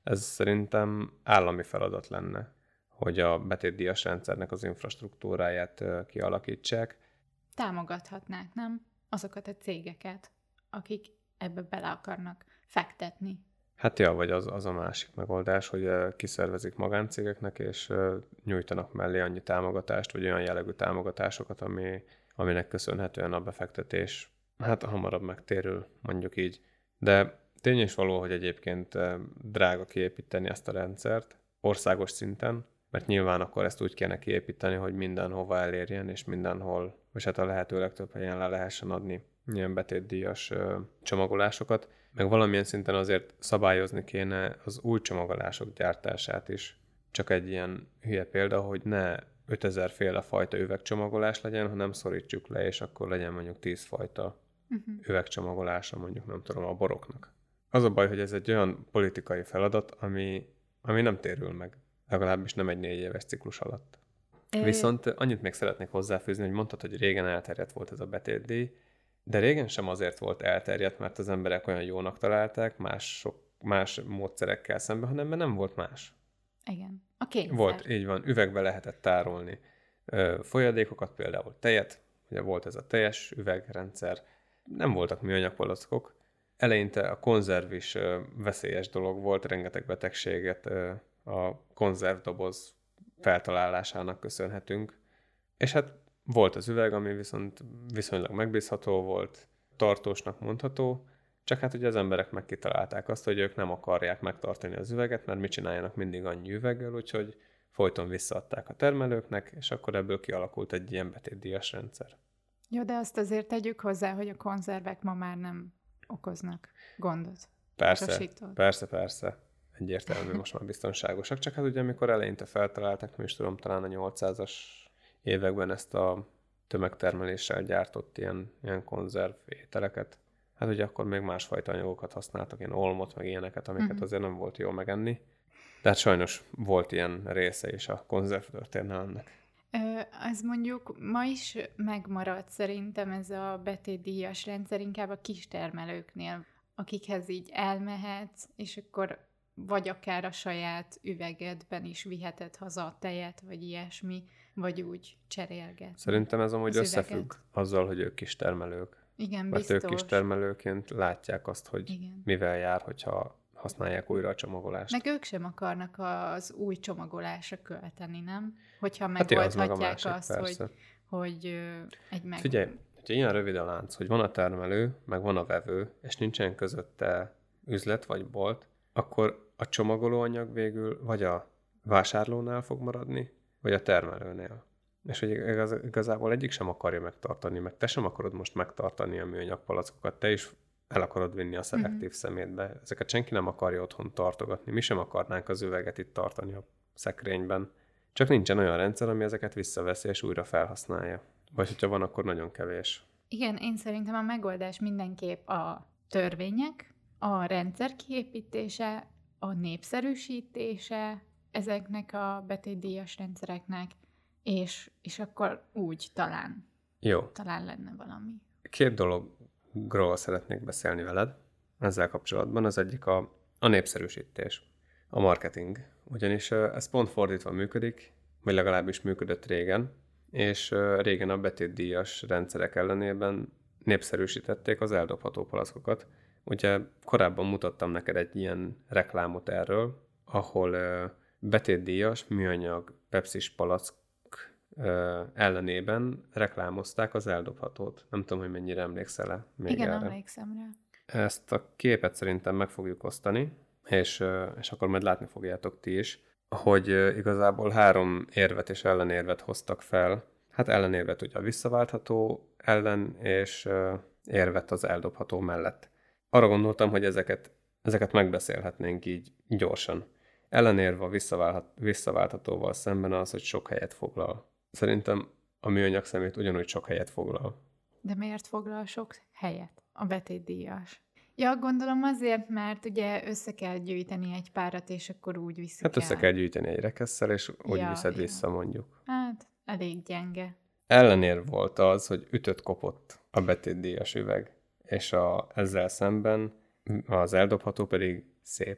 Ez szerintem állami feladat lenne, hogy a betétdíjas rendszernek az infrastruktúráját kialakítsák.
Támogathatnák, nem? Azokat a cégeket, akik ebbe bele akarnak fektetni.
Hát ja, vagy az, az a másik megoldás, hogy kiszervezik magáncégeknek, és nyújtanak mellé annyi támogatást, vagy olyan jellegű támogatásokat, ami, aminek köszönhetően a befektetés hát hamarabb megtérül, mondjuk így. De tény is való, hogy egyébként drága kiépíteni ezt a rendszert országos szinten, mert nyilván akkor ezt úgy kéne kiépíteni, hogy mindenhova elérjen, és mindenhol, vagy hát a lehető legtöbb helyen le lehessen adni ilyen betétdíjas csomagolásokat, meg valamilyen szinten azért szabályozni kéne az új csomagolások gyártását is. Csak egy ilyen hülye példa, hogy ne ötezer féle fajta üvegcsomagolás legyen, hanem szorítsuk le, és akkor legyen mondjuk tíz fajta uh-huh. üvegcsomagolása, mondjuk nem tudom, a boroknak. Az a baj, hogy ez egy olyan politikai feladat, ami, ami nem térül meg. Legalábbis nem egy négy éves ciklus alatt. É. Viszont annyit még szeretnék hozzáfűzni, hogy mondtad, hogy régen elterjedt volt ez a betétdíj, de régen sem azért volt elterjedt, mert az emberek olyan jónak találták más, sok, más módszerekkel szemben, hanem mert nem volt más.
Igen. A kényszer.
Volt, így van, üvegbe lehetett tárolni ö, folyadékokat, például tejet, ugye volt ez a teljes üvegrendszer, nem voltak műanyagpalackok. Eleinte a konzerv is ö, veszélyes dolog volt, rengeteg betegséget ö, a konzervdoboz feltalálásának köszönhetünk. És hát volt az üveg, ami viszont viszonylag megbízható volt, tartósnak mondható, csak hát ugye az emberek meg kitalálták azt, hogy ők nem akarják megtartani az üveget, mert mit csináljanak mindig annyi üveggel, úgyhogy folyton visszaadták a termelőknek, és akkor ebből kialakult egy ilyen betétdíjas rendszer.
Jó, de azt azért tegyük hozzá, hogy a konzervek ma már nem okoznak gondot.
Persze,
Utasítod.
persze, persze. Egyértelmű, most már biztonságosak. Csak hát ugye amikor eleinte feltalálták, nem is tudom, talán a nyolcszázas években ezt a tömegtermeléssel gyártott ilyen, ilyen konzerv ételeket, hát ugye akkor még másfajta anyagokat használtak, ilyen olmot, meg ilyeneket, amiket uh-huh. azért nem volt jó megenni. De hát sajnos volt ilyen része is a konzerv történelemnek.
Ez mondjuk ma is megmaradt szerintem ez a betétdíjas rendszer, inkább a kistermelőknél, akikhez így elmehetsz, és akkor vagy akár a saját üvegedben is viheted haza a tejet, vagy ilyesmi, vagy úgy cserélget.
Szerintem ez amúgy összefügg azzal, hogy ők kistermelők.
Igen,
mert
biztos.
Ők kistermelőként látják azt, hogy
igen.
mivel jár, hogyha használják újra a csomagolást.
Meg ők sem akarnak az új csomagolásra költeni, nem? Hogyha megoldhatják hát azt, persze. hogy, hogy egy meg...
Figyelj, hogyha ilyen rövid a lánc, hogy van a termelő, meg van a vevő, és nincsen közötte üzlet vagy bolt, akkor a csomagolóanyag végül vagy a vásárlónál fog maradni, vagy a termelőnél. És hogy igaz, igazából egyik sem akarja megtartani, meg te sem akarod most megtartani a műanyag palackokat, te is el akarod vinni a szelektív uh-huh. szemétbe. Ezeket senki nem akarja otthon tartogatni. Mi sem akarnánk az üveget itt tartani a szekrényben. Csak nincsen olyan rendszer, ami ezeket visszaveszi és újra felhasználja. Vagy hogyha van, akkor nagyon kevés.
Igen, én szerintem a megoldás mindenképp a törvények, a rendszer kiépítése, a népszerűsítése ezeknek a betétdíjas rendszereknek, és, és akkor úgy talán,
Jó.
talán lenne valami.
Két dologról szeretnék beszélni veled ezzel kapcsolatban. Az egyik a, a népszerűsítés, a marketing. Ugyanis ez pont fordítva működik, vagy legalábbis működött régen, és régen a betétdíjas rendszerek ellenében népszerűsítették az eldobható palackokat. Ugye korábban mutattam neked egy ilyen reklámot erről, ahol betétdíjas műanyag pepsis palack ellenében reklámozták az eldobhatót. Nem tudom, hogy mennyire emlékszel-e még
Igen,
erre.
emlékszem rá.
Ezt a képet szerintem meg fogjuk osztani, és, és akkor majd látni fogjátok ti is, hogy igazából három érvet és ellenérvet hoztak fel. Hát ellenérvet ugye a visszaváltható ellen, és érvet az eldobható mellett. Arra gondoltam, hogy ezeket, ezeket megbeszélhetnénk így gyorsan. Ellenérve a visszaválthatóval szemben az, hogy sok helyet foglal. Szerintem a műanyag szemét ugyanúgy sok helyet foglal.
De miért foglal sok helyet a betétdíjas? Ja, gondolom azért, mert ugye össze kell gyűjteni egy párat, és akkor úgy vissza
Hát
kell.
össze kell gyűjteni egy rekesszel, és úgy
ja,
viszed
ja.
vissza, mondjuk.
Hát, elég gyenge.
Ellenérv volt az, hogy ütött kopott a betétdíjas üveg, és a, ezzel szemben az eldobható pedig szép.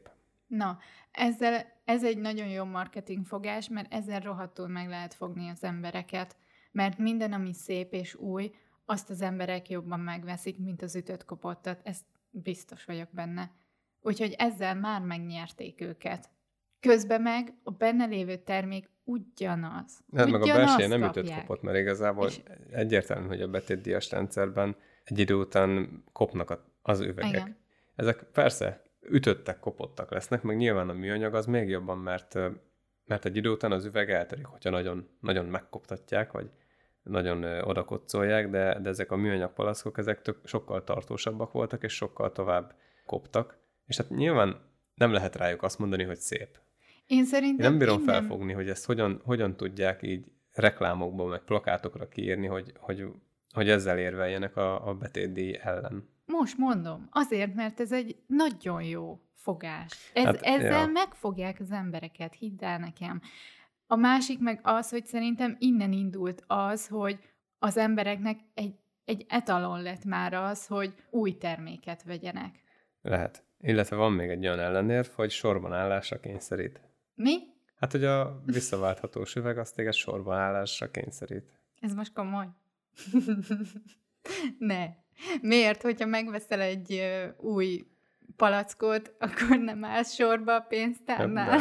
Na, ezzel, ez egy nagyon jó marketingfogás, mert ezzel rohadtul meg lehet fogni az embereket, mert minden, ami szép és új, azt az emberek jobban megveszik, mint az ütött kopottat. Ezt biztos vagyok benne. Úgyhogy ezzel már megnyerték őket. Közben meg a benne lévő termék ugyanaz.
Hát meg a belseje nem
kapják.
ütött kopott, mert igazából és... egyértelmű, hogy a betétdíjas rendszerben egy idő után kopnak az üvegek. Igen. Ezek persze ütöttek, kopottak lesznek, meg nyilván a műanyag az még jobban, mert, mert egy idő után az üveg eltörik, hogyha nagyon, nagyon megkoptatják, vagy nagyon odakoccolják, de, de ezek a műanyag palaszkok, ezek tök, sokkal tartósabbak voltak, és sokkal tovább koptak. És hát nyilván nem lehet rájuk azt mondani, hogy szép.
Én szerintem
Én nem bírom
innen...
felfogni, hogy ezt hogyan, hogyan tudják így reklámokból, meg plakátokra kiírni, hogy, hogy, hogy ezzel érveljenek a, a betétdíj ellen.
Most mondom, azért, mert ez egy nagyon jó fogás. Ez,
hát,
ezzel
ja.
megfogják az embereket, hidd el nekem. A másik meg az, hogy szerintem innen indult az, hogy az embereknek egy, egy etalon lett már az, hogy új terméket vegyenek.
Lehet. Illetve van még egy olyan ellenérv, hogy sorban állásra kényszerít.
Mi?
Hát, hogy a visszaválthatós üveg azt téged sorban állásra kényszerít.
Ez most komoly? Ne. Miért? Hogyha megveszel egy uh, új palackot, akkor nem állsz sorba a pénztárnál?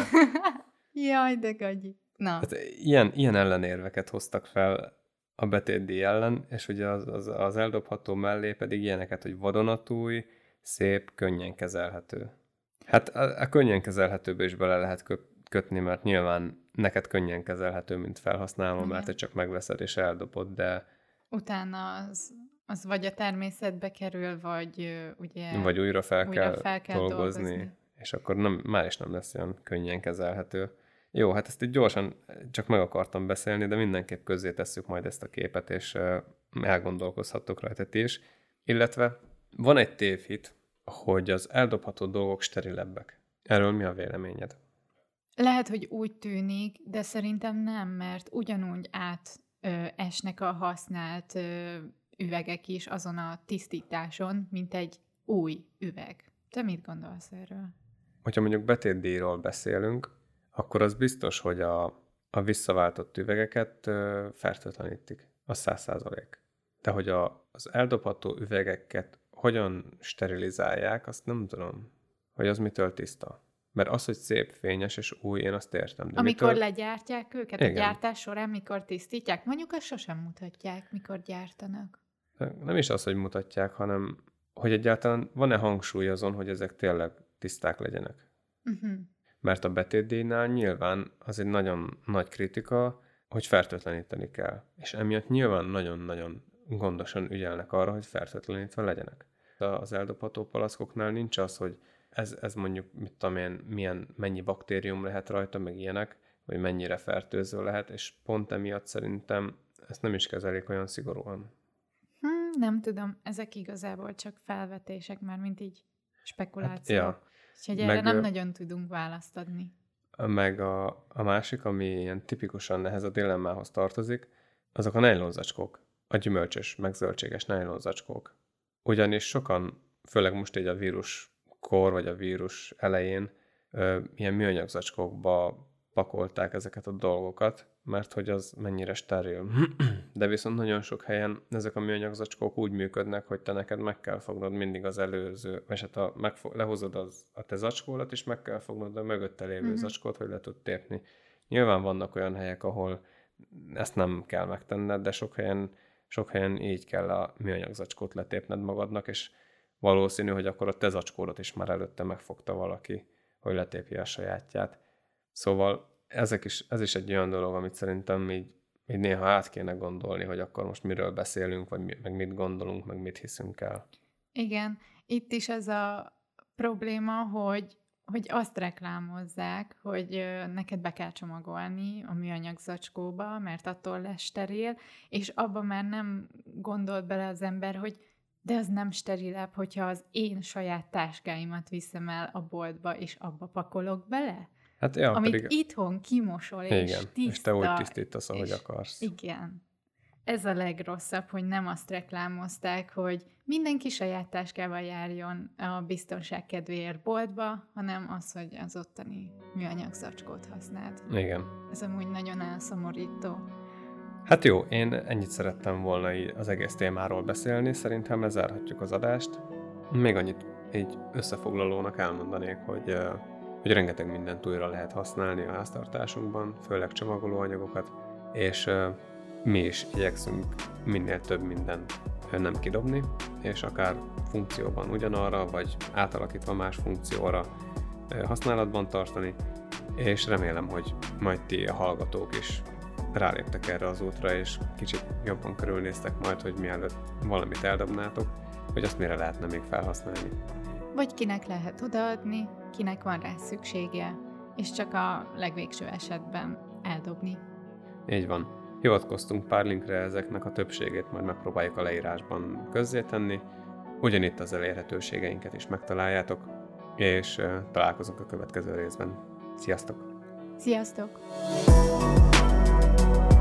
Jaj, de gagyi. Na.
Hát ilyen, ilyen ellenérveket hoztak fel a betétdíj ellen, és ugye az, az, az eldobható mellé pedig ilyeneket, hogy vadonatúj, szép, könnyen kezelhető. Hát a, a könnyen kezelhetőbe is bele lehet kö- kötni, mert nyilván neked könnyen kezelhető, mint felhasználó, igen. Mert te csak megveszed és eldobod, de...
Utána az, az vagy a természetbe kerül, vagy ugye...
Vagy újra fel,
újra
kell,
fel kell
dolgozni, dolgozni, és akkor nem, már is nem lesz olyan könnyen kezelhető. Jó, hát ezt így gyorsan csak meg akartam beszélni, de mindenképp közzé tesszük majd ezt a képet, és elgondolkozhattok rajta ti is. Illetve van egy tévhit, hogy az eldobható dolgok sterilebbek. Erről mi a véleményed?
Lehet, hogy úgy tűnik, de szerintem nem, mert ugyanúgy átesnek a használt ö, üvegek is azon a tisztításon, mint egy új üveg. Te mit gondolsz erről?
Hogyha mondjuk betétdíjról beszélünk, akkor az biztos, hogy a, a visszaváltott üvegeket ö, fertőtlenítik. Az száz százalék. De hogy a, az eldobható üvegeket hogyan sterilizálják, azt nem tudom, hogy az mitől tiszta. Mert az, hogy szép, fényes és új, én azt értem. De
amikor
mitől...
legyártják őket,
igen.
A gyártás során, mikor tisztítják, mondjuk azt sosem mutatják, mikor gyártanak.
Nem is az, hogy mutatják, hanem hogy egyáltalán van-e hangsúly azon, hogy ezek tényleg tiszták legyenek.
Uh-huh.
Mert a betétdíjnál nyilván az egy nagyon nagy kritika, hogy fertőtleníteni kell. És emiatt nyilván nagyon-nagyon gondosan ügyelnek arra, hogy fertőtlenítve legyenek. Az eldobható palackoknál nincs az, hogy ez, ez mondjuk, mit tudom én, milyen, mennyi baktérium lehet rajta, meg ilyenek, vagy mennyire fertőző lehet, és pont emiatt szerintem ezt nem is kezelik olyan szigorúan.
Hmm, nem tudom, ezek igazából csak felvetések, már mint így spekulációk. Hát, ja. Úgyhogy erre meg, nem nagyon tudunk választ adni.
Meg a, a másik, ami ilyen tipikusan ehhez a dilemmához tartozik, azok a nejlonzacskók, a gyümölcsös, meg zöldséges nejlonzacskók. Ugyanis sokan, főleg most így a víruskor, vagy a vírus elején ö, ilyen műanyag zacskókba pakolták ezeket a dolgokat, mert hogy az mennyire steril. De viszont nagyon sok helyen ezek a műanyag zacskók úgy működnek, hogy te neked meg kell fognod mindig az előző, és hát a, megfog, lehozod az, a te zacskólat, és meg kell fognod a mögötte lévő mm-hmm. zacskót, hogy le tud tépni. Nyilván vannak olyan helyek, ahol ezt nem kell megtenned, de sok helyen, sok helyen így kell a műanyag zacskót letépned magadnak, és valószínű, hogy akkor a te zacskódat is már előtte megfogta valaki, hogy letépje a sajátját. Szóval ezek is, ez is egy olyan dolog, amit szerintem így, így néha át kéne gondolni, hogy akkor most miről beszélünk, vagy mi, meg mit gondolunk, meg mit hiszünk el.
Igen, itt is az a probléma, hogy, hogy azt reklámozzák, hogy neked be kell csomagolni a műanyag zacskóba, mert attól lesz steril, és abban már nem gondol bele az ember, hogy de az nem sterilebb, hogyha az én saját táskáimat viszem el a boltba, és abba pakolok bele.
Hát, ja,
amit
pedig...
itthon kimosol,
igen,
és tiszta.
És te úgy tisztítasz, ahogy
és...
akarsz.
Igen. ez a legrosszabb, hogy nem azt reklámozták, hogy mindenki saját táskával járjon a biztonság kedvéért boltba, hanem az, hogy az ottani műanyag zacskót használt.
Igen.
Ez amúgy nagyon elszomorító.
Hát jó, én ennyit szerettem volna az egész témáról beszélni, szerintem lezárhatjuk az adást. Még annyit így összefoglalónak elmondanék, hogy, hogy rengeteg mindent újra lehet használni a háztartásunkban, főleg csomagolóanyagokat, és mi is igyekszünk minél több mindent nem kidobni, és akár funkcióban ugyanarra, vagy átalakítva más funkcióra használatban tartani, és remélem, hogy majd ti a hallgatók is ráléptek erre az útra, és kicsit jobban körülnéztek majd, hogy mielőtt valamit eldobnátok, hogy azt mire lehetne még felhasználni.
Vagy kinek lehet odaadni, kinek van rá szüksége, és csak a legvégső esetben eldobni.
Így van. Hivatkoztunk pár linkre, ezeknek a többségét majd megpróbáljuk a leírásban közzétenni. Ugyanitt az elérhetőségeinket is megtaláljátok, és találkozunk a következő részben. Sziasztok!
Sziasztok!